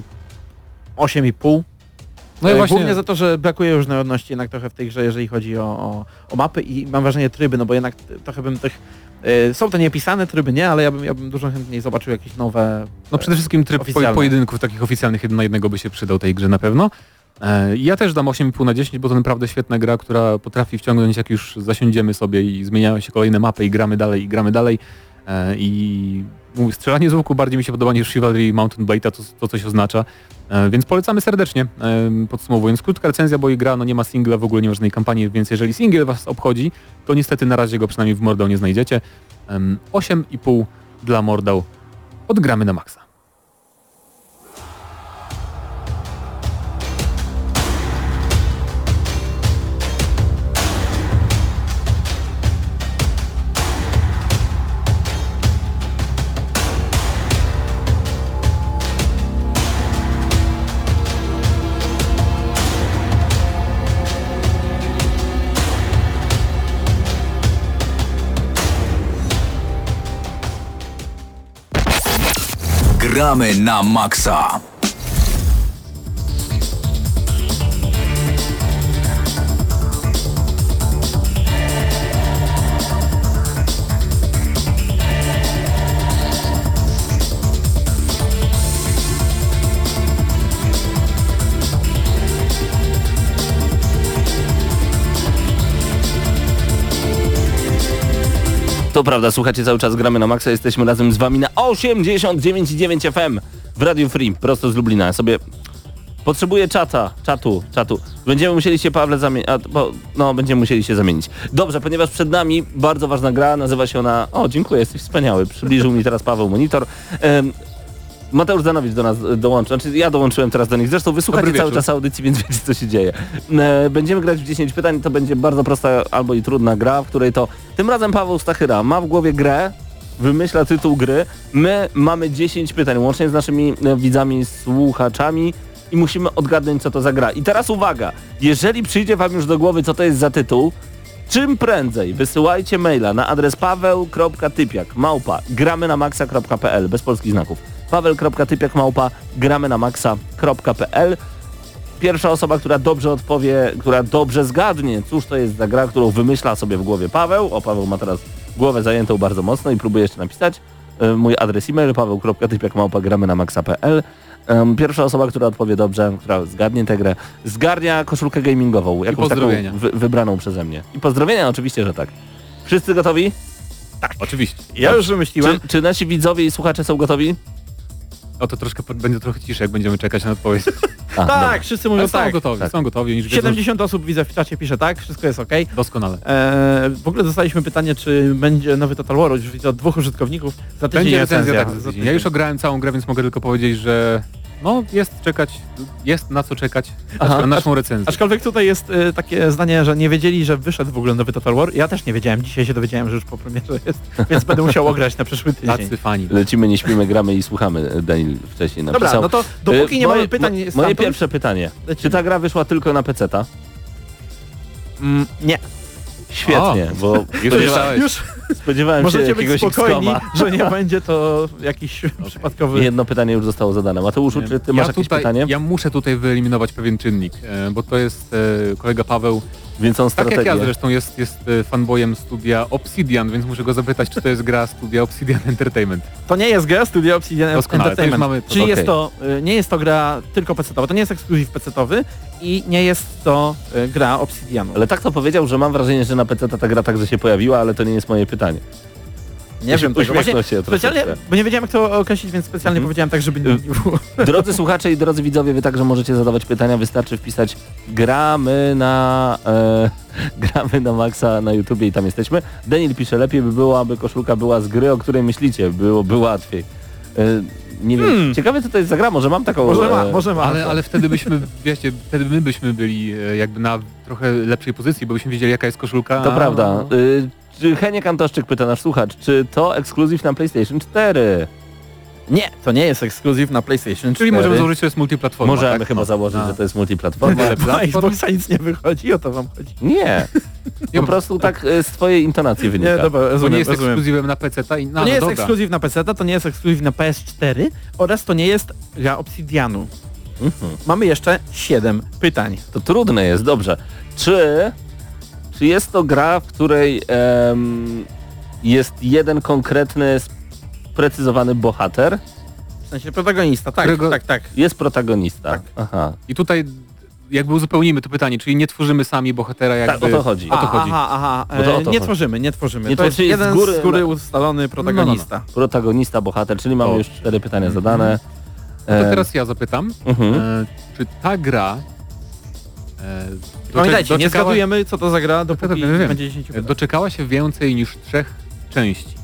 osiem i pół. No i E, właśnie, Głównie za to, że brakuje różnorodności jednak trochę w tej grze, jeżeli chodzi o, o, o mapy i mam wrażenie tryby, no bo jednak trochę bym tych... e, Są to niepisane tryby, nie, ale ja bym, ja bym dużo chętniej zobaczył jakieś nowe... no przede wszystkim tryb po, oficjalne. pojedynków takich oficjalnych jeden na jednego by się przydał tej grze na pewno. E, Ja też dam osiem i pół na dziesięć, bo to naprawdę świetna gra, która potrafi wciągnąć, jak już zasiądziemy sobie i zmieniają się kolejne mapy i gramy dalej, i gramy dalej. e, i mówię, strzelanie z łuku bardziej mi się podoba niż Chivalry i Mountain Blade, to, to coś oznacza. E, więc polecamy serdecznie. E, podsumowując, krótka recenzja, bo i gra no, nie ma singla, w ogóle nie ma żadnej kampanii, więc jeżeli singiel was obchodzi, to niestety na razie go przynajmniej w Mordor nie znajdziecie. E, osiem i pół dla Mordor. Odgramy na maksa. Gramy na maksa. To prawda, słuchacie cały czas Gramy na Maxa, jesteśmy razem z wami na osiemdziesiąt dziewięć i dziewięć F M w Radio Free, prosto z Lublina. Ja sobie potrzebuję czata, czatu, czatu. Będziemy musieli się, Pawle, zamienić, bo no, będziemy musieli się zamienić. Dobrze, ponieważ przed nami bardzo ważna gra, nazywa się ona, o dziękuję, jesteś wspaniały, przybliżył mi teraz Paweł monitor. Um, Mateusz Zanowicz do nas dołączył, znaczy ja dołączyłem teraz do nich, zresztą wysłuchacie cały czas audycji, więc wiecie co się dzieje. Będziemy grać w dziesięć pytań, to będzie bardzo prosta albo i trudna gra, w której to tym razem Paweł Stachyra ma w głowie grę, wymyśla tytuł gry, my mamy dziesięć pytań, łącznie z naszymi widzami, słuchaczami i musimy odgadnąć co to za gra. I teraz uwaga, jeżeli przyjdzie wam już do głowy co to jest za tytuł, czym prędzej wysyłajcie maila na adres paweł kropka typiak małpa gramy na maxa kropka p l bez polskich znaków. paweł kropka typiak małpa gramy na maxa kropka p l. Pierwsza osoba, która dobrze odpowie, która dobrze zgadnie, cóż to jest za gra, którą wymyśla sobie w głowie Paweł. O, Paweł ma teraz głowę zajętą bardzo mocno i próbuje jeszcze napisać. Mój adres e-mail paweł kropka typiak małpa gramy na maxa kropka p l. Pierwsza osoba, która odpowie dobrze, która zgadnie tę grę, zgarnia koszulkę gamingową, jakąś taką wy, wybraną przeze mnie. I pozdrowienia oczywiście, że tak. Wszyscy gotowi? Tak. Oczywiście. Ja już wymyśliłem. Czy, czy nasi widzowie i słuchacze są gotowi? O, to troszkę będzie trochę ciszej, jak będziemy czekać na odpowiedź. A, tak, dobra. Wszyscy mówią są tak. Gotowi, tak. Są gotowi. Już siedemdziesiąt wiedzą, osób widzę w czacie pisze tak, wszystko jest okej. Okay. Doskonale. Eee, w ogóle dostaliśmy pytanie, czy będzie nowy Total War, już widzę od dwóch użytkowników. Za tydzień będzie recenzja, recenzja. tak, za tydzień. Ja już ograłem całą grę, więc mogę tylko powiedzieć, że no jest czekać, jest na co czekać Aha. na naszą recenzję. Aczkolwiek tutaj jest y, takie zdanie, że nie wiedzieli, że wyszedł w ogóle nowy Total War. Ja też nie wiedziałem, dzisiaj się dowiedziałem, że już po premierze jest, więc będę musiał ograć na przyszły tydzień. Tacy fani. Lecimy, nie śpimy, gramy i słuchamy. Daniel wcześniej napisał. Dobra, no to dopóki nie moje, mamy pytań... Mo, moje pierwsze pytanie. Lecimy. Czy ta gra wyszła tylko na peceta? Mm, nie. Świetnie, o, bo już, już spodziewałem możecie się być jakiegoś spokojni, X-Koma. że nie będzie to jakiś okay. przypadkowy... Jedno pytanie już zostało zadane. Mateuszu, czy ty ja masz jakieś tutaj, pytanie? Ja muszę tutaj wyeliminować pewien czynnik, bo to jest kolega Paweł, więc on tak jak ja zresztą jest, jest fanboyem studia Obsidian, więc muszę go zapytać, czy to jest gra studia Obsidian Entertainment. To nie jest gra studia Obsidian Doskonale, Entertainment, mamy... czyli okay. jest to, nie jest to gra tylko pecetowa, to nie jest ekskluzyw pecetowy i nie jest to gra Obsidianu. Ale tak to powiedział, że mam wrażenie, że na peceta ta gra także się pojawiła, ale to nie jest moje pytanie. Nie wiem, tego właśnie się specjalnie, bo nie wiedziałem jak to określić, więc specjalnie mm. powiedziałem tak, żeby nie było. Drodzy słuchacze i drodzy widzowie, wy także możecie zadawać pytania, wystarczy wpisać gramy na e, gramy na Maxa na YouTubie i tam jesteśmy. Daniel pisze, lepiej by było, aby koszulka była z gry, o której myślicie, byłoby łatwiej. E, nie wiem, hmm. ciekawe co to jest za gra, może mam taką... Może ma, może ma. Ale, ale wtedy byśmy, wiecie, wtedy my byśmy byli jakby na trochę lepszej pozycji, bo byśmy wiedzieli jaka jest koszulka. To a... prawda. Y Heniek Antoszczyk pyta nasz słuchacz, czy to ekskluzyw na PlayStation cztery? Nie, to nie jest ekskluzyw na PlayStation cztery. Czyli możemy założyć, że to jest multiplatforma. Możemy tak? chyba no. założyć, no. że to jest multiplatforma. Na Xboxa nic nie wychodzi, o to wam chodzi. Nie, po prostu tak z twojej intonacji wynika. Nie, dobra, rozumiem, to nie jest rozumiem. ekskluzywem na peceta i na To nie no, jest dobra. ekskluzyw na peceta, to nie jest ekskluzyw na P S cztery oraz to nie jest gra Obsidianu. Mhm. Mamy jeszcze siedem pytań. To trudne jest, dobrze. Czy, czy jest to gra, w której em, jest jeden konkretny, sprecyzowany bohater? W sensie protagonista, tak, Którego... tak, tak. Jest protagonista. Tak. Aha. I tutaj jakby uzupełnimy to pytanie, czyli nie tworzymy sami bohatera jakby... Tak, o to chodzi. O to chodzi. Aha, aha, Bo to o e, to nie chodzi. tworzymy, nie tworzymy. Nie to jest tworzycie, jest jeden z góry- z góry ustalony protagonista. Protagonista, bohater, czyli mamy O. już cztery pytania zadane. To E, teraz ja zapytam, Mhm. e, czy ta gra... E, docze- Pamiętajcie, nie doczekała- zgadujemy, co to za gra, dopóki Tak, tak, wiem, wiem. będzie dziesięć pytań. Doczekała się więcej niż trzech części.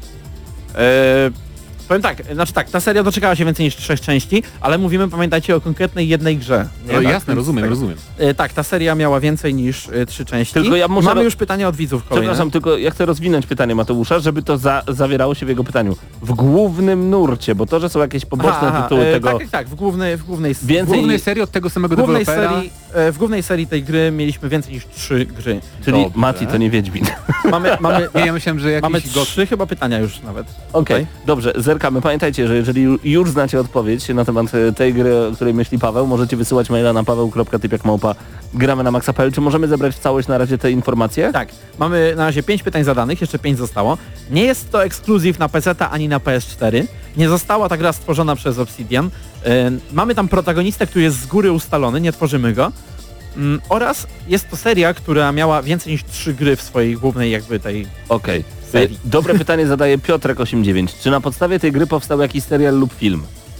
E, powiem tak, znaczy tak, ta seria doczekała się więcej niż trzech części, ale mówimy, pamiętajcie, o konkretnej jednej grze. No tak, jasne, więc rozumiem, tak, rozumiem. E, tak, ta seria miała więcej niż e, trzy części. Tylko ja I muszę mamy ro- już pytania od widzów kolejne. Przepraszam, tylko ja chcę rozwinąć pytanie Mateusza, żeby to za, zawierało się w jego pytaniu. W głównym nurcie, bo to, że są jakieś poboczne Aha, aha, tytuły e, tego... Tak, tak, tak, w głównej, w głównej, W Więcej- głównej serii od tego samego w głównej dewelopera... serii, e, w głównej serii tej gry mieliśmy więcej niż trzy gry. Czyli Dobrze. Mati to nie Wiedźmin. Mamy, mamy, Nie, ja myślałem, że mamy jakiś gość... trzy chyba pytania już nawet. Okej, dobrze, zerkamy. Pamiętajcie, że jeżeli ju- już znacie odpowiedź na temat e, tej gry, o której myśli Paweł, możecie wysyłać maila na paweł kropka typiak małpa gramy na maxa kropka p l. Czy możemy zebrać w całość na razie te informacje? Tak, mamy na razie pięć pytań zadanych, jeszcze pięć zostało. Nie jest to ekskluzyw na peceta ani na P S cztery. Nie została ta gra stworzona przez Obsidian. E, mamy tam protagonistę, który jest z góry ustalony, nie tworzymy go. Mm, oraz jest to seria, która miała więcej niż trzy gry w swojej głównej jakby tej... Okej. Serii. E, Dobre pytanie zadaje Piotrek osiemdziesiąt dziewięć. Czy na podstawie tej gry powstał jakiś serial lub film?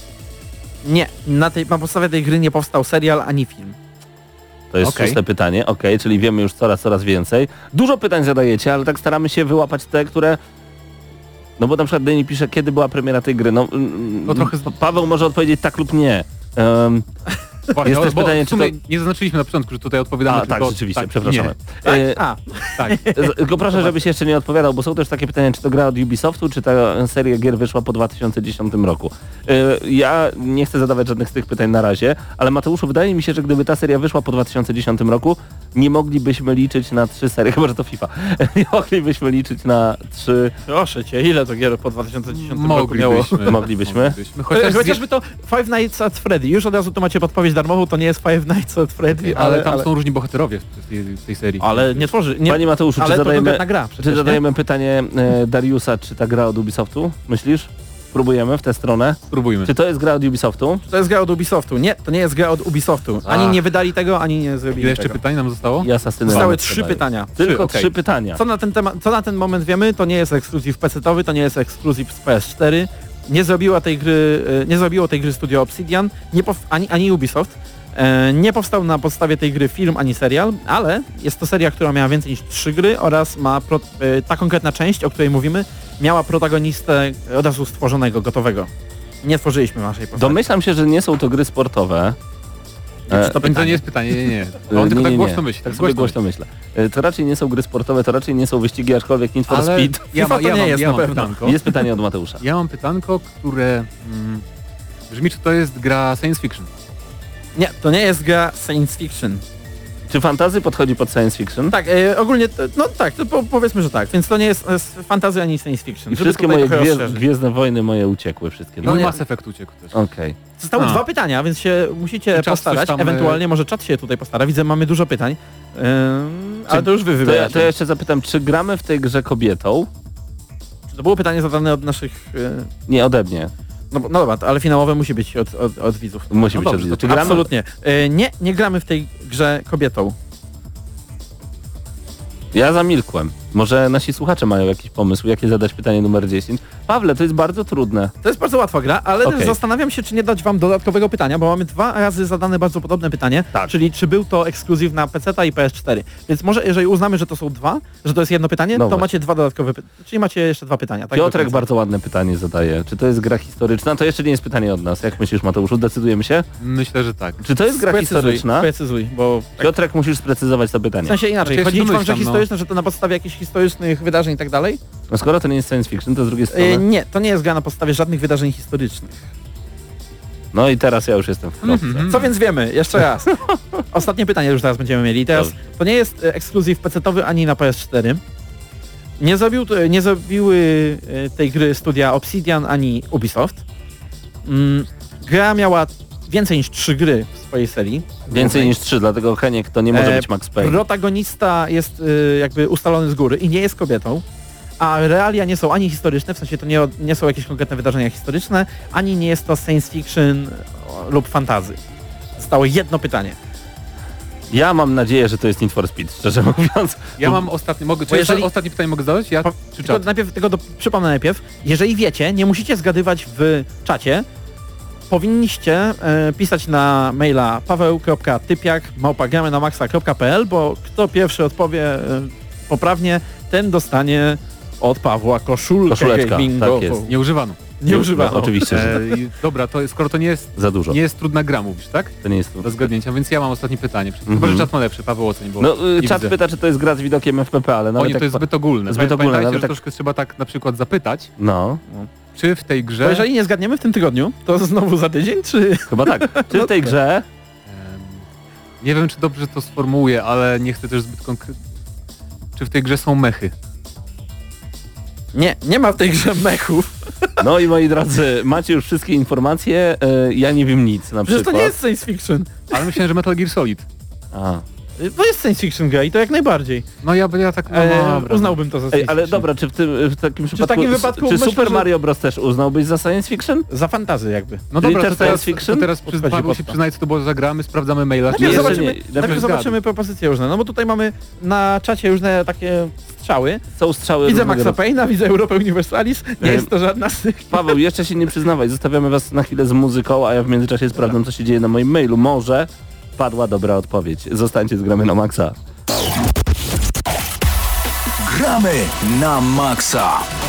Nie, na, tej, na podstawie tej gry nie powstał serial ani film. To jest Okej. szóste pytanie, okej, czyli wiemy już coraz, coraz więcej. Dużo pytań zadajecie, ale tak staramy się wyłapać te, które... No bo na przykład Deni pisze, kiedy była premiera tej gry. No, mm, No trochę z- Paweł może odpowiedzieć tak lub nie. Um, Właśnie, Jest no, też bo pytanie, w sumie czy nie zaznaczyliśmy na początku, że tutaj odpowiadamy a, tylko... tak, rzeczywiście, tak, przepraszamy. nie. E, A, Tak. z- Tylko proszę, żebyś jeszcze nie odpowiadał, bo są też takie pytania, czy to gra od Ubisoftu, czy ta seria gier wyszła po dwa tysiące dziesiątym roku. E, Ja nie chcę zadawać żadnych z tych pytań na razie, ale Mateuszu, wydaje mi się, że gdyby ta seria wyszła po dwa tysiące dziesiątym roku, nie moglibyśmy liczyć na trzy serie, chyba że to FIFA, nie moglibyśmy liczyć na trzy... proszę cię, ile to gier po dwa tysiące dziesiątym roku miało? Moglibyśmy. Moglibyśmy. Moglibyśmy. Chociaż, Chociaż Chociażby to Five Nights at Freddy. Już od razu tu macie podpowiedź darmową, to nie jest Five Nights at Freddy, ale, ale, tam ale, są różni bohaterowie w tej, w tej serii. ale nie tworzy... Nie, Panie Mateuszu, ale czy to zadajemy, konkretna gra przecież, czy nie? zadajemy pytanie e, Dariusa, czy ta gra od Ubisoftu? Myślisz? Próbujemy w tę stronę. Spróbujmy. Czy to jest gra od Ubisoftu? To jest gra od Ubisoftu. Nie, to nie jest gra od Ubisoftu. Ani Ach. nie wydali tego, ani nie zrobili Ile jeszcze tego. pytań nam zostało? I Asasyny. Zostały mamy trzy sprzedają. pytania. Tylko Trzy, trzy okej. pytania. Co na, ten temat, co na ten moment wiemy, to nie jest ekskluzyw pecetowy, to nie jest ekskluzyw z P S cztery. Nie zrobiła tej gry, e, nie zrobiło tej gry studio Obsidian, nie pow, ani, ani Ubisoft. E, nie powstał na podstawie tej gry film ani serial, ale jest to seria, która miała więcej niż trzy gry oraz ma pro, e, ta konkretna część, o której mówimy, miała protagonistę od razu stworzonego, gotowego. Nie tworzyliśmy naszej postaci. Domyślam się, że nie są to gry sportowe. E, Czy to To pytanie? nie jest pytanie, nie, nie. e, On tylko nie, tak nie, głośno nie. myśli. Tak sobie głośno myślę. E, To raczej nie są gry sportowe, to raczej nie są wyścigi, aczkolwiek Need for Ale Speed. ja, FIFA ma, to ja, nie mam, jest ja na mam pewno. pytanko. Jest pytanie od Mateusza. Ja mam pytanko, które mm, brzmi, czy to jest gra science fiction. Nie, to nie jest gra science fiction. Czy fantasy podchodzi pod science fiction? Tak, e, ogólnie, to, no tak, to po, powiedzmy, że tak, więc to nie jest, jest fantasy ani science fiction. I Żeby wszystkie tutaj moje trochę gwie, rozszerzyć. Gwiezdne Wojny moje uciekły wszystkie. I No mój nie. Mass Effect uciekł też. Okej. Zostały A. dwa pytania, więc się musicie Czas postarać, coś tam, ewentualnie może czat się tutaj postara. Widzę, mamy dużo pytań, Ym, ale to już wy To, ja, wybieracie. to ja jeszcze zapytam, czy gramy w tej grze kobietą? To było pytanie zadane od naszych... e, Nie, ode mnie. No, bo- no dobra, to- ale finałowe musi być od, od, od widzów. Musi No być dobrze, od widzów. to Czy gramy? Absolutnie. E, Nie, nie gramy w tej grze kobietą. Ja zamilkłem. Może nasi słuchacze mają jakiś pomysł, jakie zadać pytanie numer dziesięć. Pawle, to jest bardzo trudne. To jest bardzo łatwa gra, ale Okej. też zastanawiam się, czy nie dać wam dodatkowego pytania, bo mamy dwa razy zadane bardzo podobne pytanie, Tak. czyli czy był to ekskluzyw na peceta i P S cztery. Więc może jeżeli uznamy, że to są dwa, że to jest jedno pytanie, No to właśnie. macie dwa dodatkowe pytania, czyli macie jeszcze dwa pytania. Tak do Piotrek końca. bardzo ładne pytanie zadaje. Czy to jest gra historyczna? To jeszcze nie jest pytanie od nas. Jak myślisz, Mateuszu? Decydujemy się? Myślę, że tak. Czy to jest gra Sprecyzuj, historyczna? Sprecyzuj, bo Piotrek, musisz sprecyzować to w pytanie. sensie inaczej, Znaczy, ja się chodzi wam, że domyślam, no. historyczne, że to na podstawie jakichś historycznych wydarzeń i tak dalej? No skoro to nie jest science fiction, to z drugiej E, strony... nie, to nie jest gra na podstawie żadnych wydarzeń historycznych. No i teraz ja już jestem w kropce. Mhm. Co więc wiemy? Jeszcze raz. Ostatnie pytanie już teraz będziemy mieli. Teraz Dobrze. to nie jest e, ekskluzyw pecetowy ani na P S cztery. Nie, zrobił, to- nie zrobiły e, tej gry studia Obsidian ani Ubisoft. Mm, gra miała więcej niż trzy gry w swojej serii. Więcej niż trzy, dlatego Heniek to nie może E, być Max Payne. Protagonista jest e, jakby ustalony z góry i nie jest kobietą. A realia nie są ani historyczne, w sensie to nie, nie są jakieś konkretne wydarzenia historyczne, ani nie jest to science fiction o, lub fantazy. Zostało jedno pytanie. Ja mam nadzieję, że to jest Need for Speed, szczerze mówiąc. Ja mam ostatnie, mogę, czy Bo jeżeli- ostatnie pytanie mogę zadać? Ja Po, czy tylko czat? najpierw, tylko do, przypomnę najpierw, jeżeli wiecie, nie musicie zgadywać w czacie, powinniście e, pisać na maila paweł kropka typiak małpa gramy na maxa kropka p l, bo kto pierwszy odpowie e, poprawnie, ten dostanie od Pawła koszulkę Koszuleczka, gamingową. tak jest. Nieużywaną. Nie używam. No, oczywiście, że E, i- dobra, to skoro to nie jest, za dużo. nie jest trudna gra, mówisz, tak? To nie jest to. Do zgadnięcia, więc ja mam ostatnie pytanie. Chyba, Mhm. że czat ma lepszy, Paweł oceń, bo No, y, nie czat widzę. pyta, czy to jest gra z widokiem F P P, ale O nawet nie, to jak jest pa- zbyt ogólne. Zbyt Pamię- ogólne, Pamiętajcie, nawet że tak- troszkę trzeba tak na przykład zapytać, No, czy w tej Bo grze... jeżeli nie zgadniemy w tym tygodniu, to znowu za tydzień, czy... chyba tak. Czy w tej grze... Em, nie wiem, czy dobrze to sformułuję, ale nie chcę też zbyt konkretnie... Czy w tej grze są mechy? Nie, nie ma w tej grze mechów. No i moi drodzy, macie już wszystkie informacje, y, ja nie wiem nic na Przecież przykład. to nie jest science fiction. Ale myślałem, że Metal Gear Solid. A. To jest science fiction gra i to jak najbardziej. No ja, ja tak... No, E, dobra. uznałbym to za science Ej, ale fiction. dobra, czy w tym w takim przypadku, takim wypadku czy myślę, Super że- Mario Bros. Też uznałbyś za science fiction? Za fantazy jakby. No Czyli dobra, też to teraz, science fiction? to teraz przy, Odchodzi Paweł się posta. przyznaje, co to było, zagramy, sprawdzamy maila. Najpierw jeszcze zobaczymy, nie, najpierw najpierw zobaczymy propozycje różne, no bo tutaj mamy na czacie różne takie strzały. Są strzały Widzę różnego Maxa rodzaju. Payne'a, widzę Europę Universalis, nie Ej. jest to żadna z tych. Paweł, jeszcze się nie przyznawaj, zostawiamy was na chwilę z muzyką, a ja w międzyczasie sprawdzam, co się dzieje na moim mailu. Może padła dobra odpowiedź. Zostańcie z Gramy na Maxa. Gramy na maksa.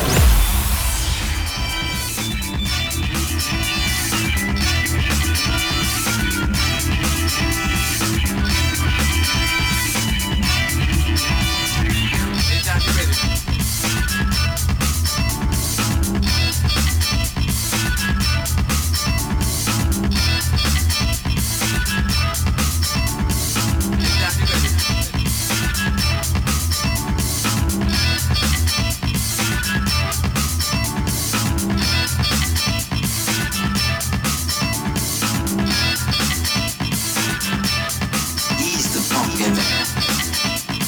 Ease the funk in there.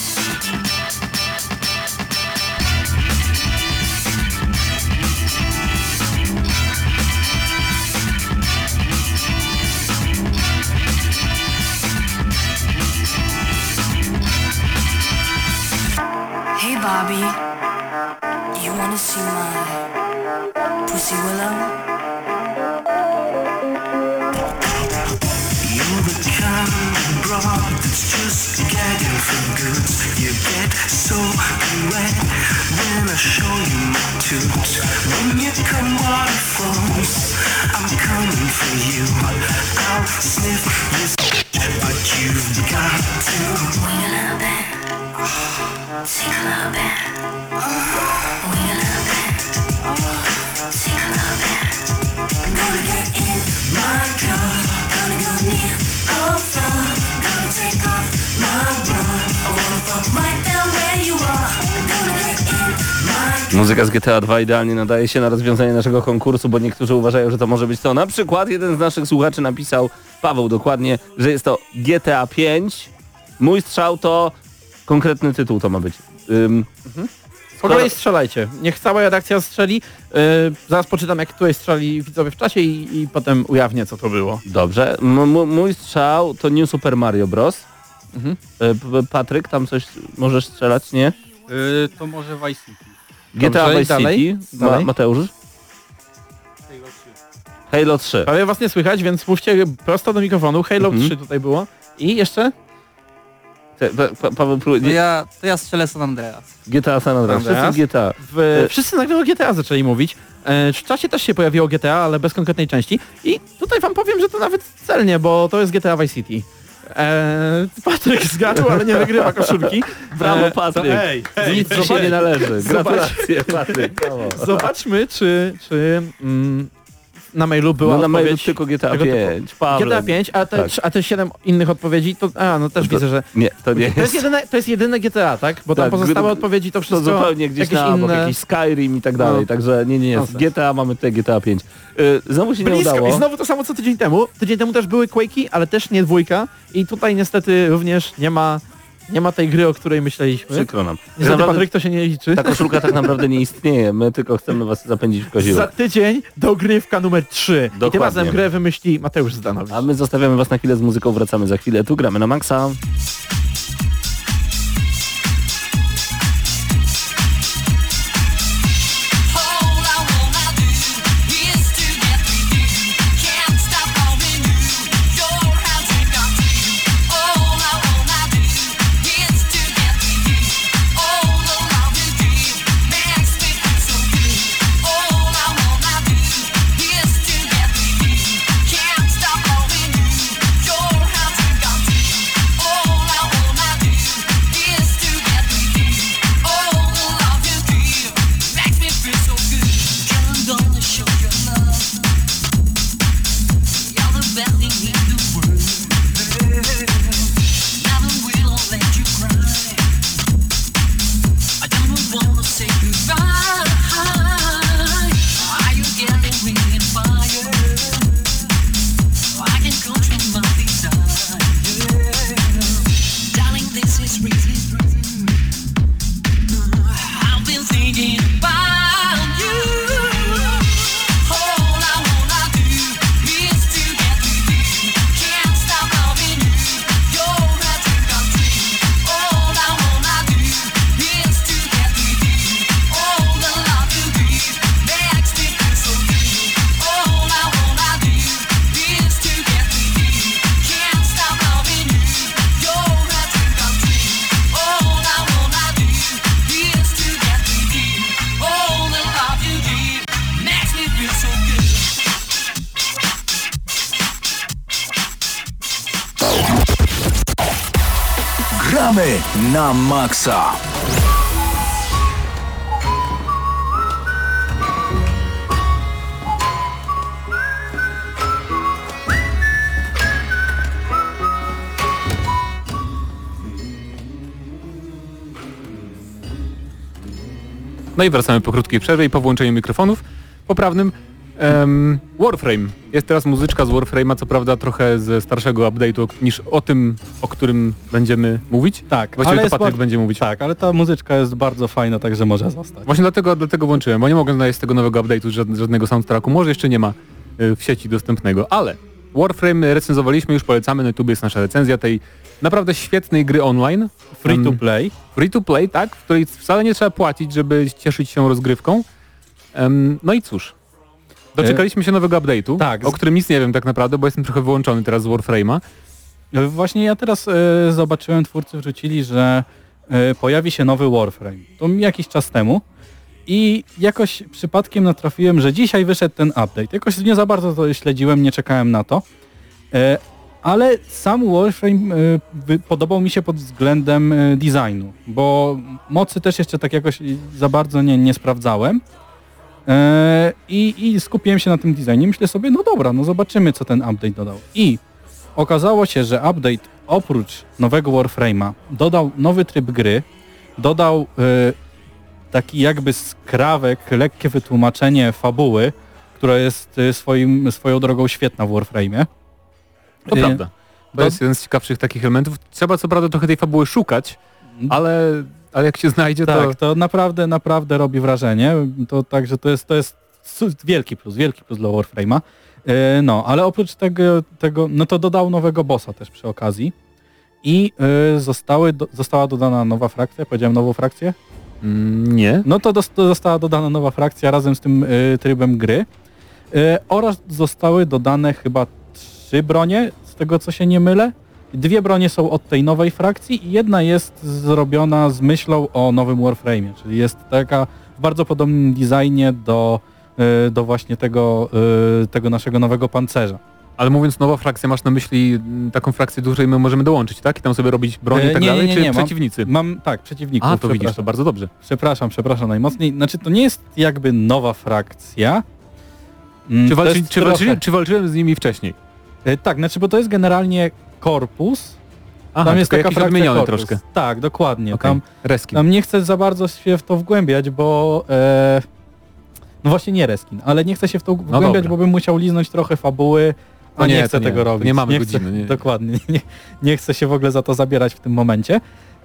Hey Bobby, you wanna see my pussy willow? You're the kind of broad that's just gagging for goods. You get so wet when I show you my toots. When you come waterfalls, I'm coming for you. I'll sniff this, but you've got to. Wing a little bit, take a little bit. Wing a little bit, take a little bit. Gonna get in my car, gonna go near a floor, gonna take off my bra. I wanna fuck right down where you are. Gonna get in my car. Muzyka z G T A dwa idealnie nadaje się na rozwiązanie naszego konkursu, bo niektórzy uważają, że to może być to. Na przykład jeden z naszych słuchaczy napisał, Paweł dokładnie, że jest to G T A pięć. Mój strzał to konkretny tytuł to ma być. Ym, Po kolei strzelajcie. Niech cała redakcja strzeli. Yy, zaraz poczytam, jak tutaj strzeli widzowie w czasie i, i potem ujawnię, co to było. dobrze. M- m- mój strzał to New Super Mario Bros. Mhm. Y, P- Patryk, tam coś możesz strzelać, nie? Yy, to może Vice City. G T A Dobrze, Vice dalej, City. Ma- dalej. Mateusz? Halo trzy. Prawie was nie słychać, więc mówcie prosto do mikrofonu. Halo Mhm. trzy tutaj było. I jeszcze? Te- pa- pa- Paweł próbuje. To ja, to ja strzelę San Andreas. G T A San Andreas. San Andreas. Wszyscy G T A. W, E, wszyscy nagle o G T A zaczęli mówić. E, w czasie też się pojawiło G T A, ale bez konkretnej części. I tutaj wam powiem, że to nawet celnie, bo to jest G T A Vice City. E, Patryk zgadł, ale nie wygrywa koszulki. Brawo, E, Patryk. to- Ej, ej, Nic ci się zobacz- nie należy. zobacz- Gratulacje, Patryk. Brawo. Zobaczmy, czy, czy mm, na mailu była No na mailu odpowiedź tylko G T A tego typu. pięć. Paweł. G T A pięć, a te, Tak. trz- a te siedem innych odpowiedzi, to a, no też To- widzę, że Nie, to nie to jest, jest. jedyne, to jest jedyne G T A, tak? Bo tam Tak, pozostałe gr- odpowiedzi to To wszystko zupełnie gdzieś jakieś na bok, inne... jakiś Skyrim i tak dalej, No. także nie, nie, nie. Z Nonsens. G T A mamy tutaj G T A pięć. Y, znowu się nie Blisko. udało. I znowu to samo co tydzień temu. Tydzień temu też były Quake'i, ale też nie dwójka. I tutaj niestety również nie ma Nie ma tej gry, o której myśleliśmy. Przykro nam. Niestety, Naprawdę Patryk, to się nie liczy. ta koszulka tak naprawdę nie istnieje, my tylko chcemy was zapędzić w kozi Za róg. tydzień dogrywka numer trzy. I tym Dokładnie. razem grę wymyśli Mateusz Zdanowicz. A my zostawiamy was na chwilę z muzyką, wracamy za chwilę. Tu gramy na maksa. Gramy na maksa. No i wracamy po krótkiej przerwie i po włączeniu mikrofonów poprawnym. Um, Warframe. Jest teraz muzyczka z Warframe'a, co prawda trochę ze starszego update'u niż o tym, o którym będziemy mówić. Tak, Właściwie to jest Patryk bar- będzie mówić. Tak, ale ta muzyczka jest bardzo fajna, także może zostać. Właśnie dlatego, dlatego włączyłem, bo nie mogę znaleźć tego nowego update'u, żad- żadnego soundtracku. Może jeszcze nie ma y, w sieci dostępnego, ale Warframe recenzowaliśmy, już polecamy, na YouTube jest nasza recenzja tej naprawdę świetnej gry online. Free to play. Free to play, tak, w której wcale nie trzeba płacić, żeby cieszyć się rozgrywką. Um, no i cóż, doczekaliśmy się nowego update'u, tak. o którym nic nie wiem tak naprawdę, bo jestem trochę wyłączony teraz z Warframe'a. Właśnie ja teraz e, zobaczyłem, twórcy wrzucili, że e, pojawi się nowy Warframe. To jakiś czas temu. I jakoś przypadkiem natrafiłem, że dzisiaj wyszedł ten update. Jakoś nie za bardzo to śledziłem, nie czekałem na to. E, ale sam Warframe e, wy, podobał mi się pod względem e, designu, bo mocy też jeszcze tak jakoś za bardzo nie, nie sprawdzałem. E, i, I skupiłem się na tym designie. Myślę sobie, no dobra, no zobaczymy, co ten update dodał. I okazało się, że update oprócz nowego Warframe'a dodał nowy tryb gry, dodał e, taki jakby skrawek, lekkie wytłumaczenie fabuły, która jest e, swoim, swoją drogą świetna w Warframe'ie. To E, prawda. To do- jest jeden z ciekawszych takich elementów. Trzeba co prawda trochę tej fabuły szukać, ale, ale jak się znajdzie, to... Tak, to naprawdę, naprawdę robi wrażenie. To także to jest, to jest su- wielki plus, wielki plus dla Warframe'a. E, no, ale oprócz tego, tego, no to dodał nowego bossa też przy okazji. I e, zostały, do, została dodana nowa frakcja, powiedziałem nową frakcję? Mm, nie. No to, dos, to została dodana nowa frakcja razem z tym e, trybem gry. E, oraz zostały dodane chyba trzy bronie, z tego co się nie mylę. Dwie bronie są od tej nowej frakcji i jedna jest zrobiona z myślą o nowym Warframe'ie, czyli jest taka w bardzo podobnym designie do, e, do właśnie tego, e, tego naszego nowego pancerza. Ale mówiąc nowa frakcja, masz na myśli mm, taką frakcję, do której my możemy dołączyć, tak? I tam sobie robić broń E, i tak nie, nie, dalej, nie, czy nie, mam- przeciwnicy? Mam, tak, przeciwników. A, to widzisz, to przepraszam. bardzo dobrze. Przepraszam, przepraszam najmocniej. Znaczy to nie jest jakby nowa frakcja. Mm, Czy, to walczy, jest czy, trochę- walczy, czy walczyłem z nimi wcześniej? E, Tak, znaczy, bo to jest generalnie korpus. Aha, tam jest tylko taka jakiś frakcja odmieniony korpus. troszkę. Tak, dokładnie. Okay. Tam, Reskin. tam nie chcę za bardzo się w to wgłębiać, bo... E, no właśnie nie reskin, ale nie chcę się w to wgłębiać, dobra. bo bym musiał liznąć trochę fabuły, a No nie, nie, chcę to nie, tego to robić. nie mamy chcę, godziny, nie. Dokładnie, nie, nie chcę się w ogóle za to zabierać w tym momencie.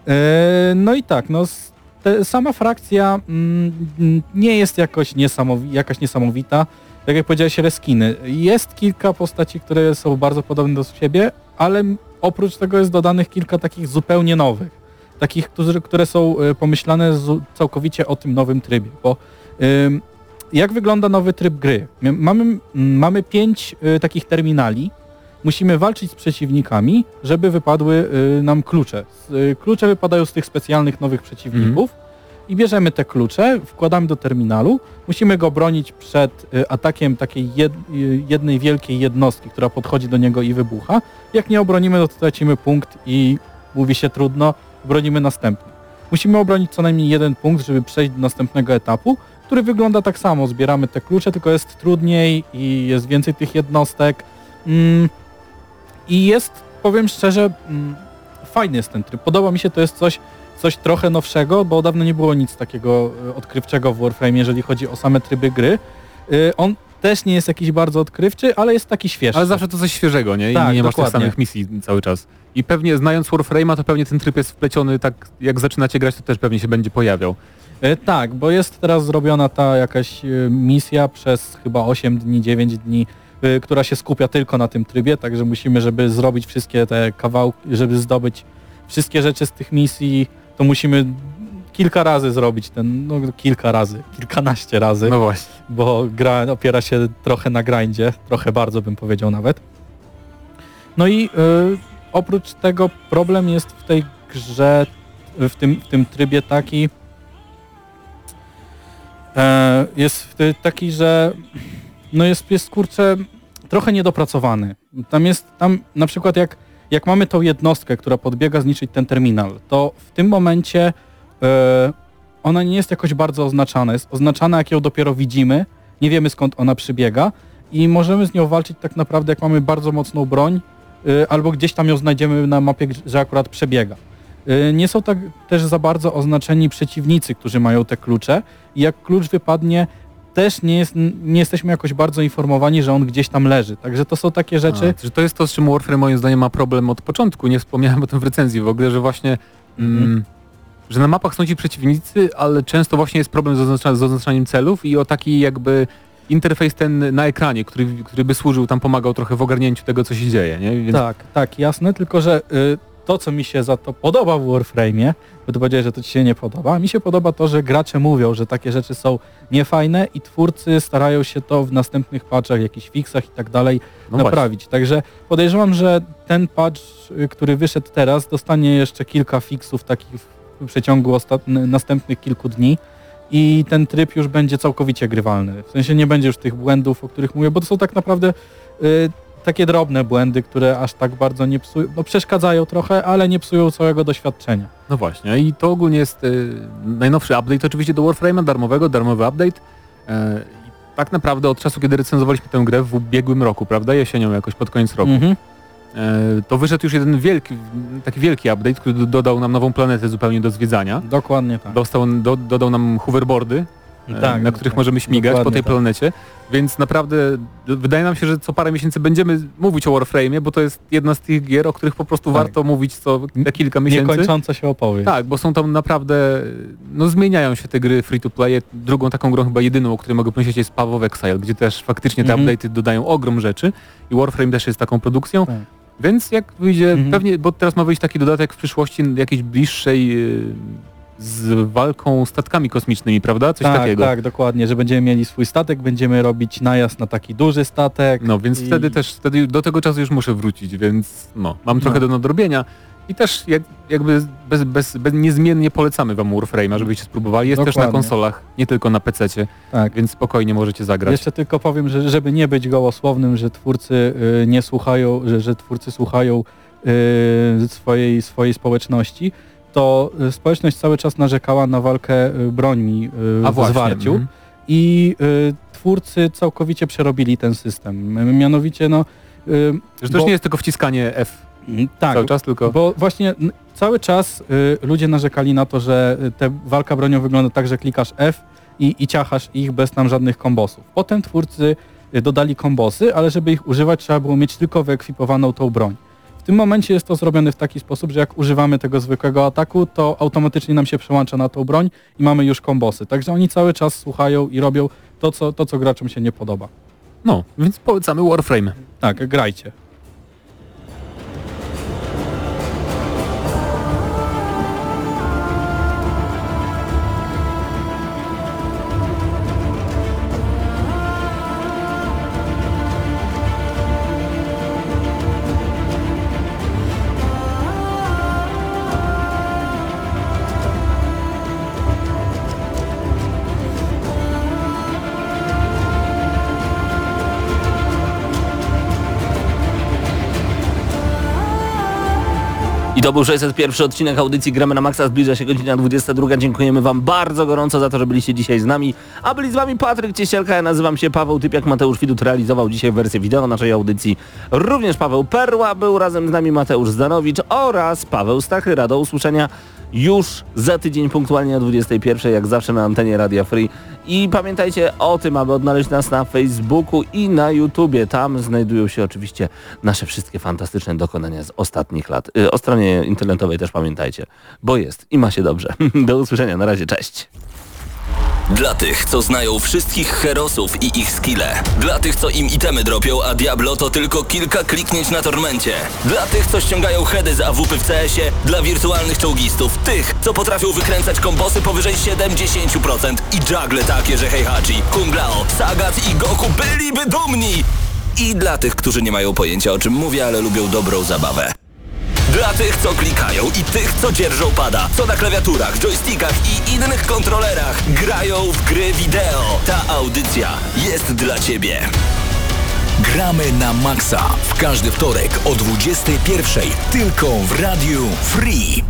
E, no i tak, no s- te, sama frakcja mm, nie jest jakoś niesamowi- jakaś niesamowita. Tak jak powiedziałeś, reskiny. Jest kilka postaci, które są bardzo podobne do siebie, ale m- oprócz tego jest dodanych kilka takich zupełnie nowych. Takich, którzy, które są e, pomyślane z, całkowicie o tym nowym trybie. Bo ym, jak wygląda nowy tryb gry? My- Mamy, m, mamy pięć y, takich terminali. Musimy walczyć z przeciwnikami, żeby wypadły y, nam klucze. S- y, Klucze wypadają z tych specjalnych nowych przeciwników i bierzemy te klucze, wkładamy do terminalu. Musimy go bronić przed y, atakiem takiej jed, y, jednej wielkiej jednostki, która podchodzi do niego i wybucha. Jak nie obronimy, to tracimy punkt i mówi się trudno, bronimy następny. Musimy obronić co najmniej jeden punkt, żeby przejść do następnego etapu, który wygląda tak samo. Zbieramy te klucze, tylko jest trudniej i jest więcej tych jednostek. Mm, I jest, powiem szczerze, mm, fajny jest ten tryb. Podoba mi się, to jest coś, coś trochę nowszego, bo dawno nie było nic takiego e, odkrywczego w Warframe, jeżeli chodzi o same tryby gry. E, On też nie jest jakiś bardzo odkrywczy, ale jest taki świeższy. Ale zawsze to coś świeżego, nie? I Tak, nie masz tych dokładnie. samych misji cały czas. I pewnie znając Warframe'a, to pewnie ten tryb jest wpleciony tak, jak zaczynacie grać, to też pewnie się będzie pojawiał. E, Tak, bo jest teraz zrobiona ta jakaś e, misja przez chyba osiem dni, dziewięć dni, e, która się skupia tylko na tym trybie, także musimy, żeby zrobić wszystkie te kawałki, żeby zdobyć wszystkie rzeczy z tych misji, to musimy kilka razy zrobić ten, no kilka razy, kilkanaście razy, No właśnie. bo gra opiera się trochę na grindzie, trochę bardzo bym powiedział nawet. No i e, oprócz tego problem jest w tej grze, w tym, w tym trybie taki, E, jest wtedy taki, że no jest, jest kurczę trochę niedopracowany. Tam jest, tam na przykład jak, jak mamy tą jednostkę, która podbiega zniszczyć ten terminal, to w tym momencie e, ona nie jest jakoś bardzo oznaczana. Jest oznaczana, jak ją dopiero widzimy, nie wiemy skąd ona przybiega i możemy z nią walczyć tak naprawdę, jak mamy bardzo mocną broń, e, albo gdzieś tam ją znajdziemy na mapie, że akurat przebiega. Nie są tak też za bardzo oznaczeni przeciwnicy, którzy mają te klucze i jak klucz wypadnie, też nie, jest, nie jesteśmy jakoś bardzo informowani, że on gdzieś tam leży. Także to są takie rzeczy. A, że to jest to, z czym Warframe moim zdaniem ma problem od początku. Nie wspomniałem o tym w recenzji w ogóle, że właśnie mm, Mhm. że na mapach są ci przeciwnicy, ale często właśnie jest problem z, oznacza, z oznaczaniem celów i o taki jakby interfejs ten na ekranie, który, który by służył, tam pomagał trochę w ogarnięciu tego, co się dzieje, nie? Więc... Tak, tak, jasne, tylko że y, to, co mi się za to podoba w Warframe'ie, bo ty powiedziałeś, że to ci się nie podoba, mi się podoba to, że gracze mówią, że takie rzeczy są niefajne i twórcy starają się to w następnych patchach, jakichś fixach i tak dalej No naprawić. Także podejrzewam, że ten patch, y, który wyszedł teraz, dostanie jeszcze kilka fixów takich w przeciągu ostat- następnych kilku dni i ten tryb już będzie całkowicie grywalny. W sensie nie będzie już tych błędów, o których mówię, bo to są tak naprawdę y, takie drobne błędy, które aż tak bardzo nie psują, no przeszkadzają trochę, ale nie psują całego doświadczenia. No właśnie, i to ogólnie jest y, najnowszy update oczywiście do Warframe'a, darmowego, darmowy update. E, i tak naprawdę od czasu, kiedy recenzowaliśmy tę grę w ubiegłym roku, prawda, jesienią jakoś pod koniec roku, Mhm. e, to wyszedł już jeden wielki, taki wielki update, który do- dodał nam nową planetę zupełnie do zwiedzania. Dokładnie tak. Dostał, do, dodał nam hoverboardy, e, Tak, na których tak, możemy śmigać po dokładnie tej tak. planecie, więc naprawdę d- wydaje nam się, że co parę miesięcy będziemy mówić o Warframe'ie, bo to jest jedna z tych gier, o których po prostu Tak. warto mówić co na kilka miesięcy. Niekończąca się opowieść. Tak, bo są tam naprawdę, no zmieniają się te gry free to play. Drugą taką grą, chyba jedyną, o której mogę powiedzieć, jest Path of Exile, gdzie też faktycznie te Mhm. update'y dodają ogrom rzeczy i Warframe też jest taką produkcją. Tak. Więc jak wyjdzie, Mhm. pewnie, bo teraz ma wyjść taki dodatek w przyszłości jakiejś bliższej yy, z walką statkami kosmicznymi, prawda? Coś tak, takiego. tak, dokładnie, że będziemy mieli swój statek, będziemy robić najazd na taki duży statek. No więc i... wtedy też, wtedy do tego czasu już muszę wrócić, więc no, mam trochę No. do nadrobienia. I też jak, jakby bez, bez, bez niezmiennie polecamy wam Warframe'a, żebyście spróbowali. Jest też na Dokładnie. konsolach, nie tylko na pececie, Tak. więc spokojnie możecie zagrać. Jeszcze tylko powiem, że żeby nie być gołosłownym, że twórcy y, nie słuchają, że, że twórcy słuchają y, swojej, swojej społeczności, to y, społeczność cały czas narzekała na walkę y, brońmi y, A w właśnie, zwarciu mhm. i y, twórcy całkowicie przerobili ten system. M- Mianowicie no... Y, Że to już bo- nie jest tylko wciskanie F tak, cały czas, tylko... bo właśnie n- cały czas y, ludzie narzekali na to, że y, te walka bronią wygląda tak, że klikasz F i, i ciachasz ich bez tam żadnych kombosów. Potem twórcy y, dodali kombosy, ale żeby ich używać trzeba było mieć tylko wyekwipowaną tą broń. W tym momencie jest to zrobione w taki sposób, że jak używamy tego zwykłego ataku, to automatycznie nam się przełącza na tą broń i mamy już kombosy. Także oni cały czas słuchają i robią to, co, to, co graczom się nie podoba. No, więc polecamy Warframe. Tak, grajcie. I to był sześćset pierwszy odcinek audycji Gramy na Maxa. Zbliża się godzina dwudziesta druga. Dziękujemy wam bardzo gorąco za to, że byliście dzisiaj z nami. A byli z wami Patryk Ciesielka, ja nazywam się Paweł Typiak. Mateusz Widut realizował dzisiaj wersję wideo naszej audycji. Również Paweł Perła, był razem z nami Mateusz Zdanowicz oraz Paweł Stachyra. Do usłyszenia już za tydzień punktualnie o dwudziestej pierwszej, jak zawsze na antenie Radia Free. I pamiętajcie o tym, aby odnaleźć nas na Facebooku i na YouTubie. Tam znajdują się oczywiście nasze wszystkie fantastyczne dokonania z ostatnich lat. Yy, o stronie internetowej też pamiętajcie, bo jest i ma się dobrze. Do usłyszenia, na razie, cześć. Dla tych, co znają wszystkich herosów i ich skille. Dla tych, co im itemy dropią, a Diablo to tylko kilka kliknięć na tormencie. Dla tych, co ściągają heady z A W P w C S-ie. Dla wirtualnych czołgistów. Tych, co potrafią wykręcać kombosy powyżej siedemdziesiąt procent. I juggle takie, że Heihachi, Kung Lao, Sagat i Goku byliby dumni. I dla tych, którzy nie mają pojęcia, o czym mówię, ale lubią dobrą zabawę. Dla tych, co klikają i tych, co dzierżą pada, co na klawiaturach, joystickach i innych kontrolerach grają w gry wideo. Ta audycja jest dla ciebie. Gramy na Maxa w każdy wtorek o dwudziestej pierwszej tylko w Radiu Free.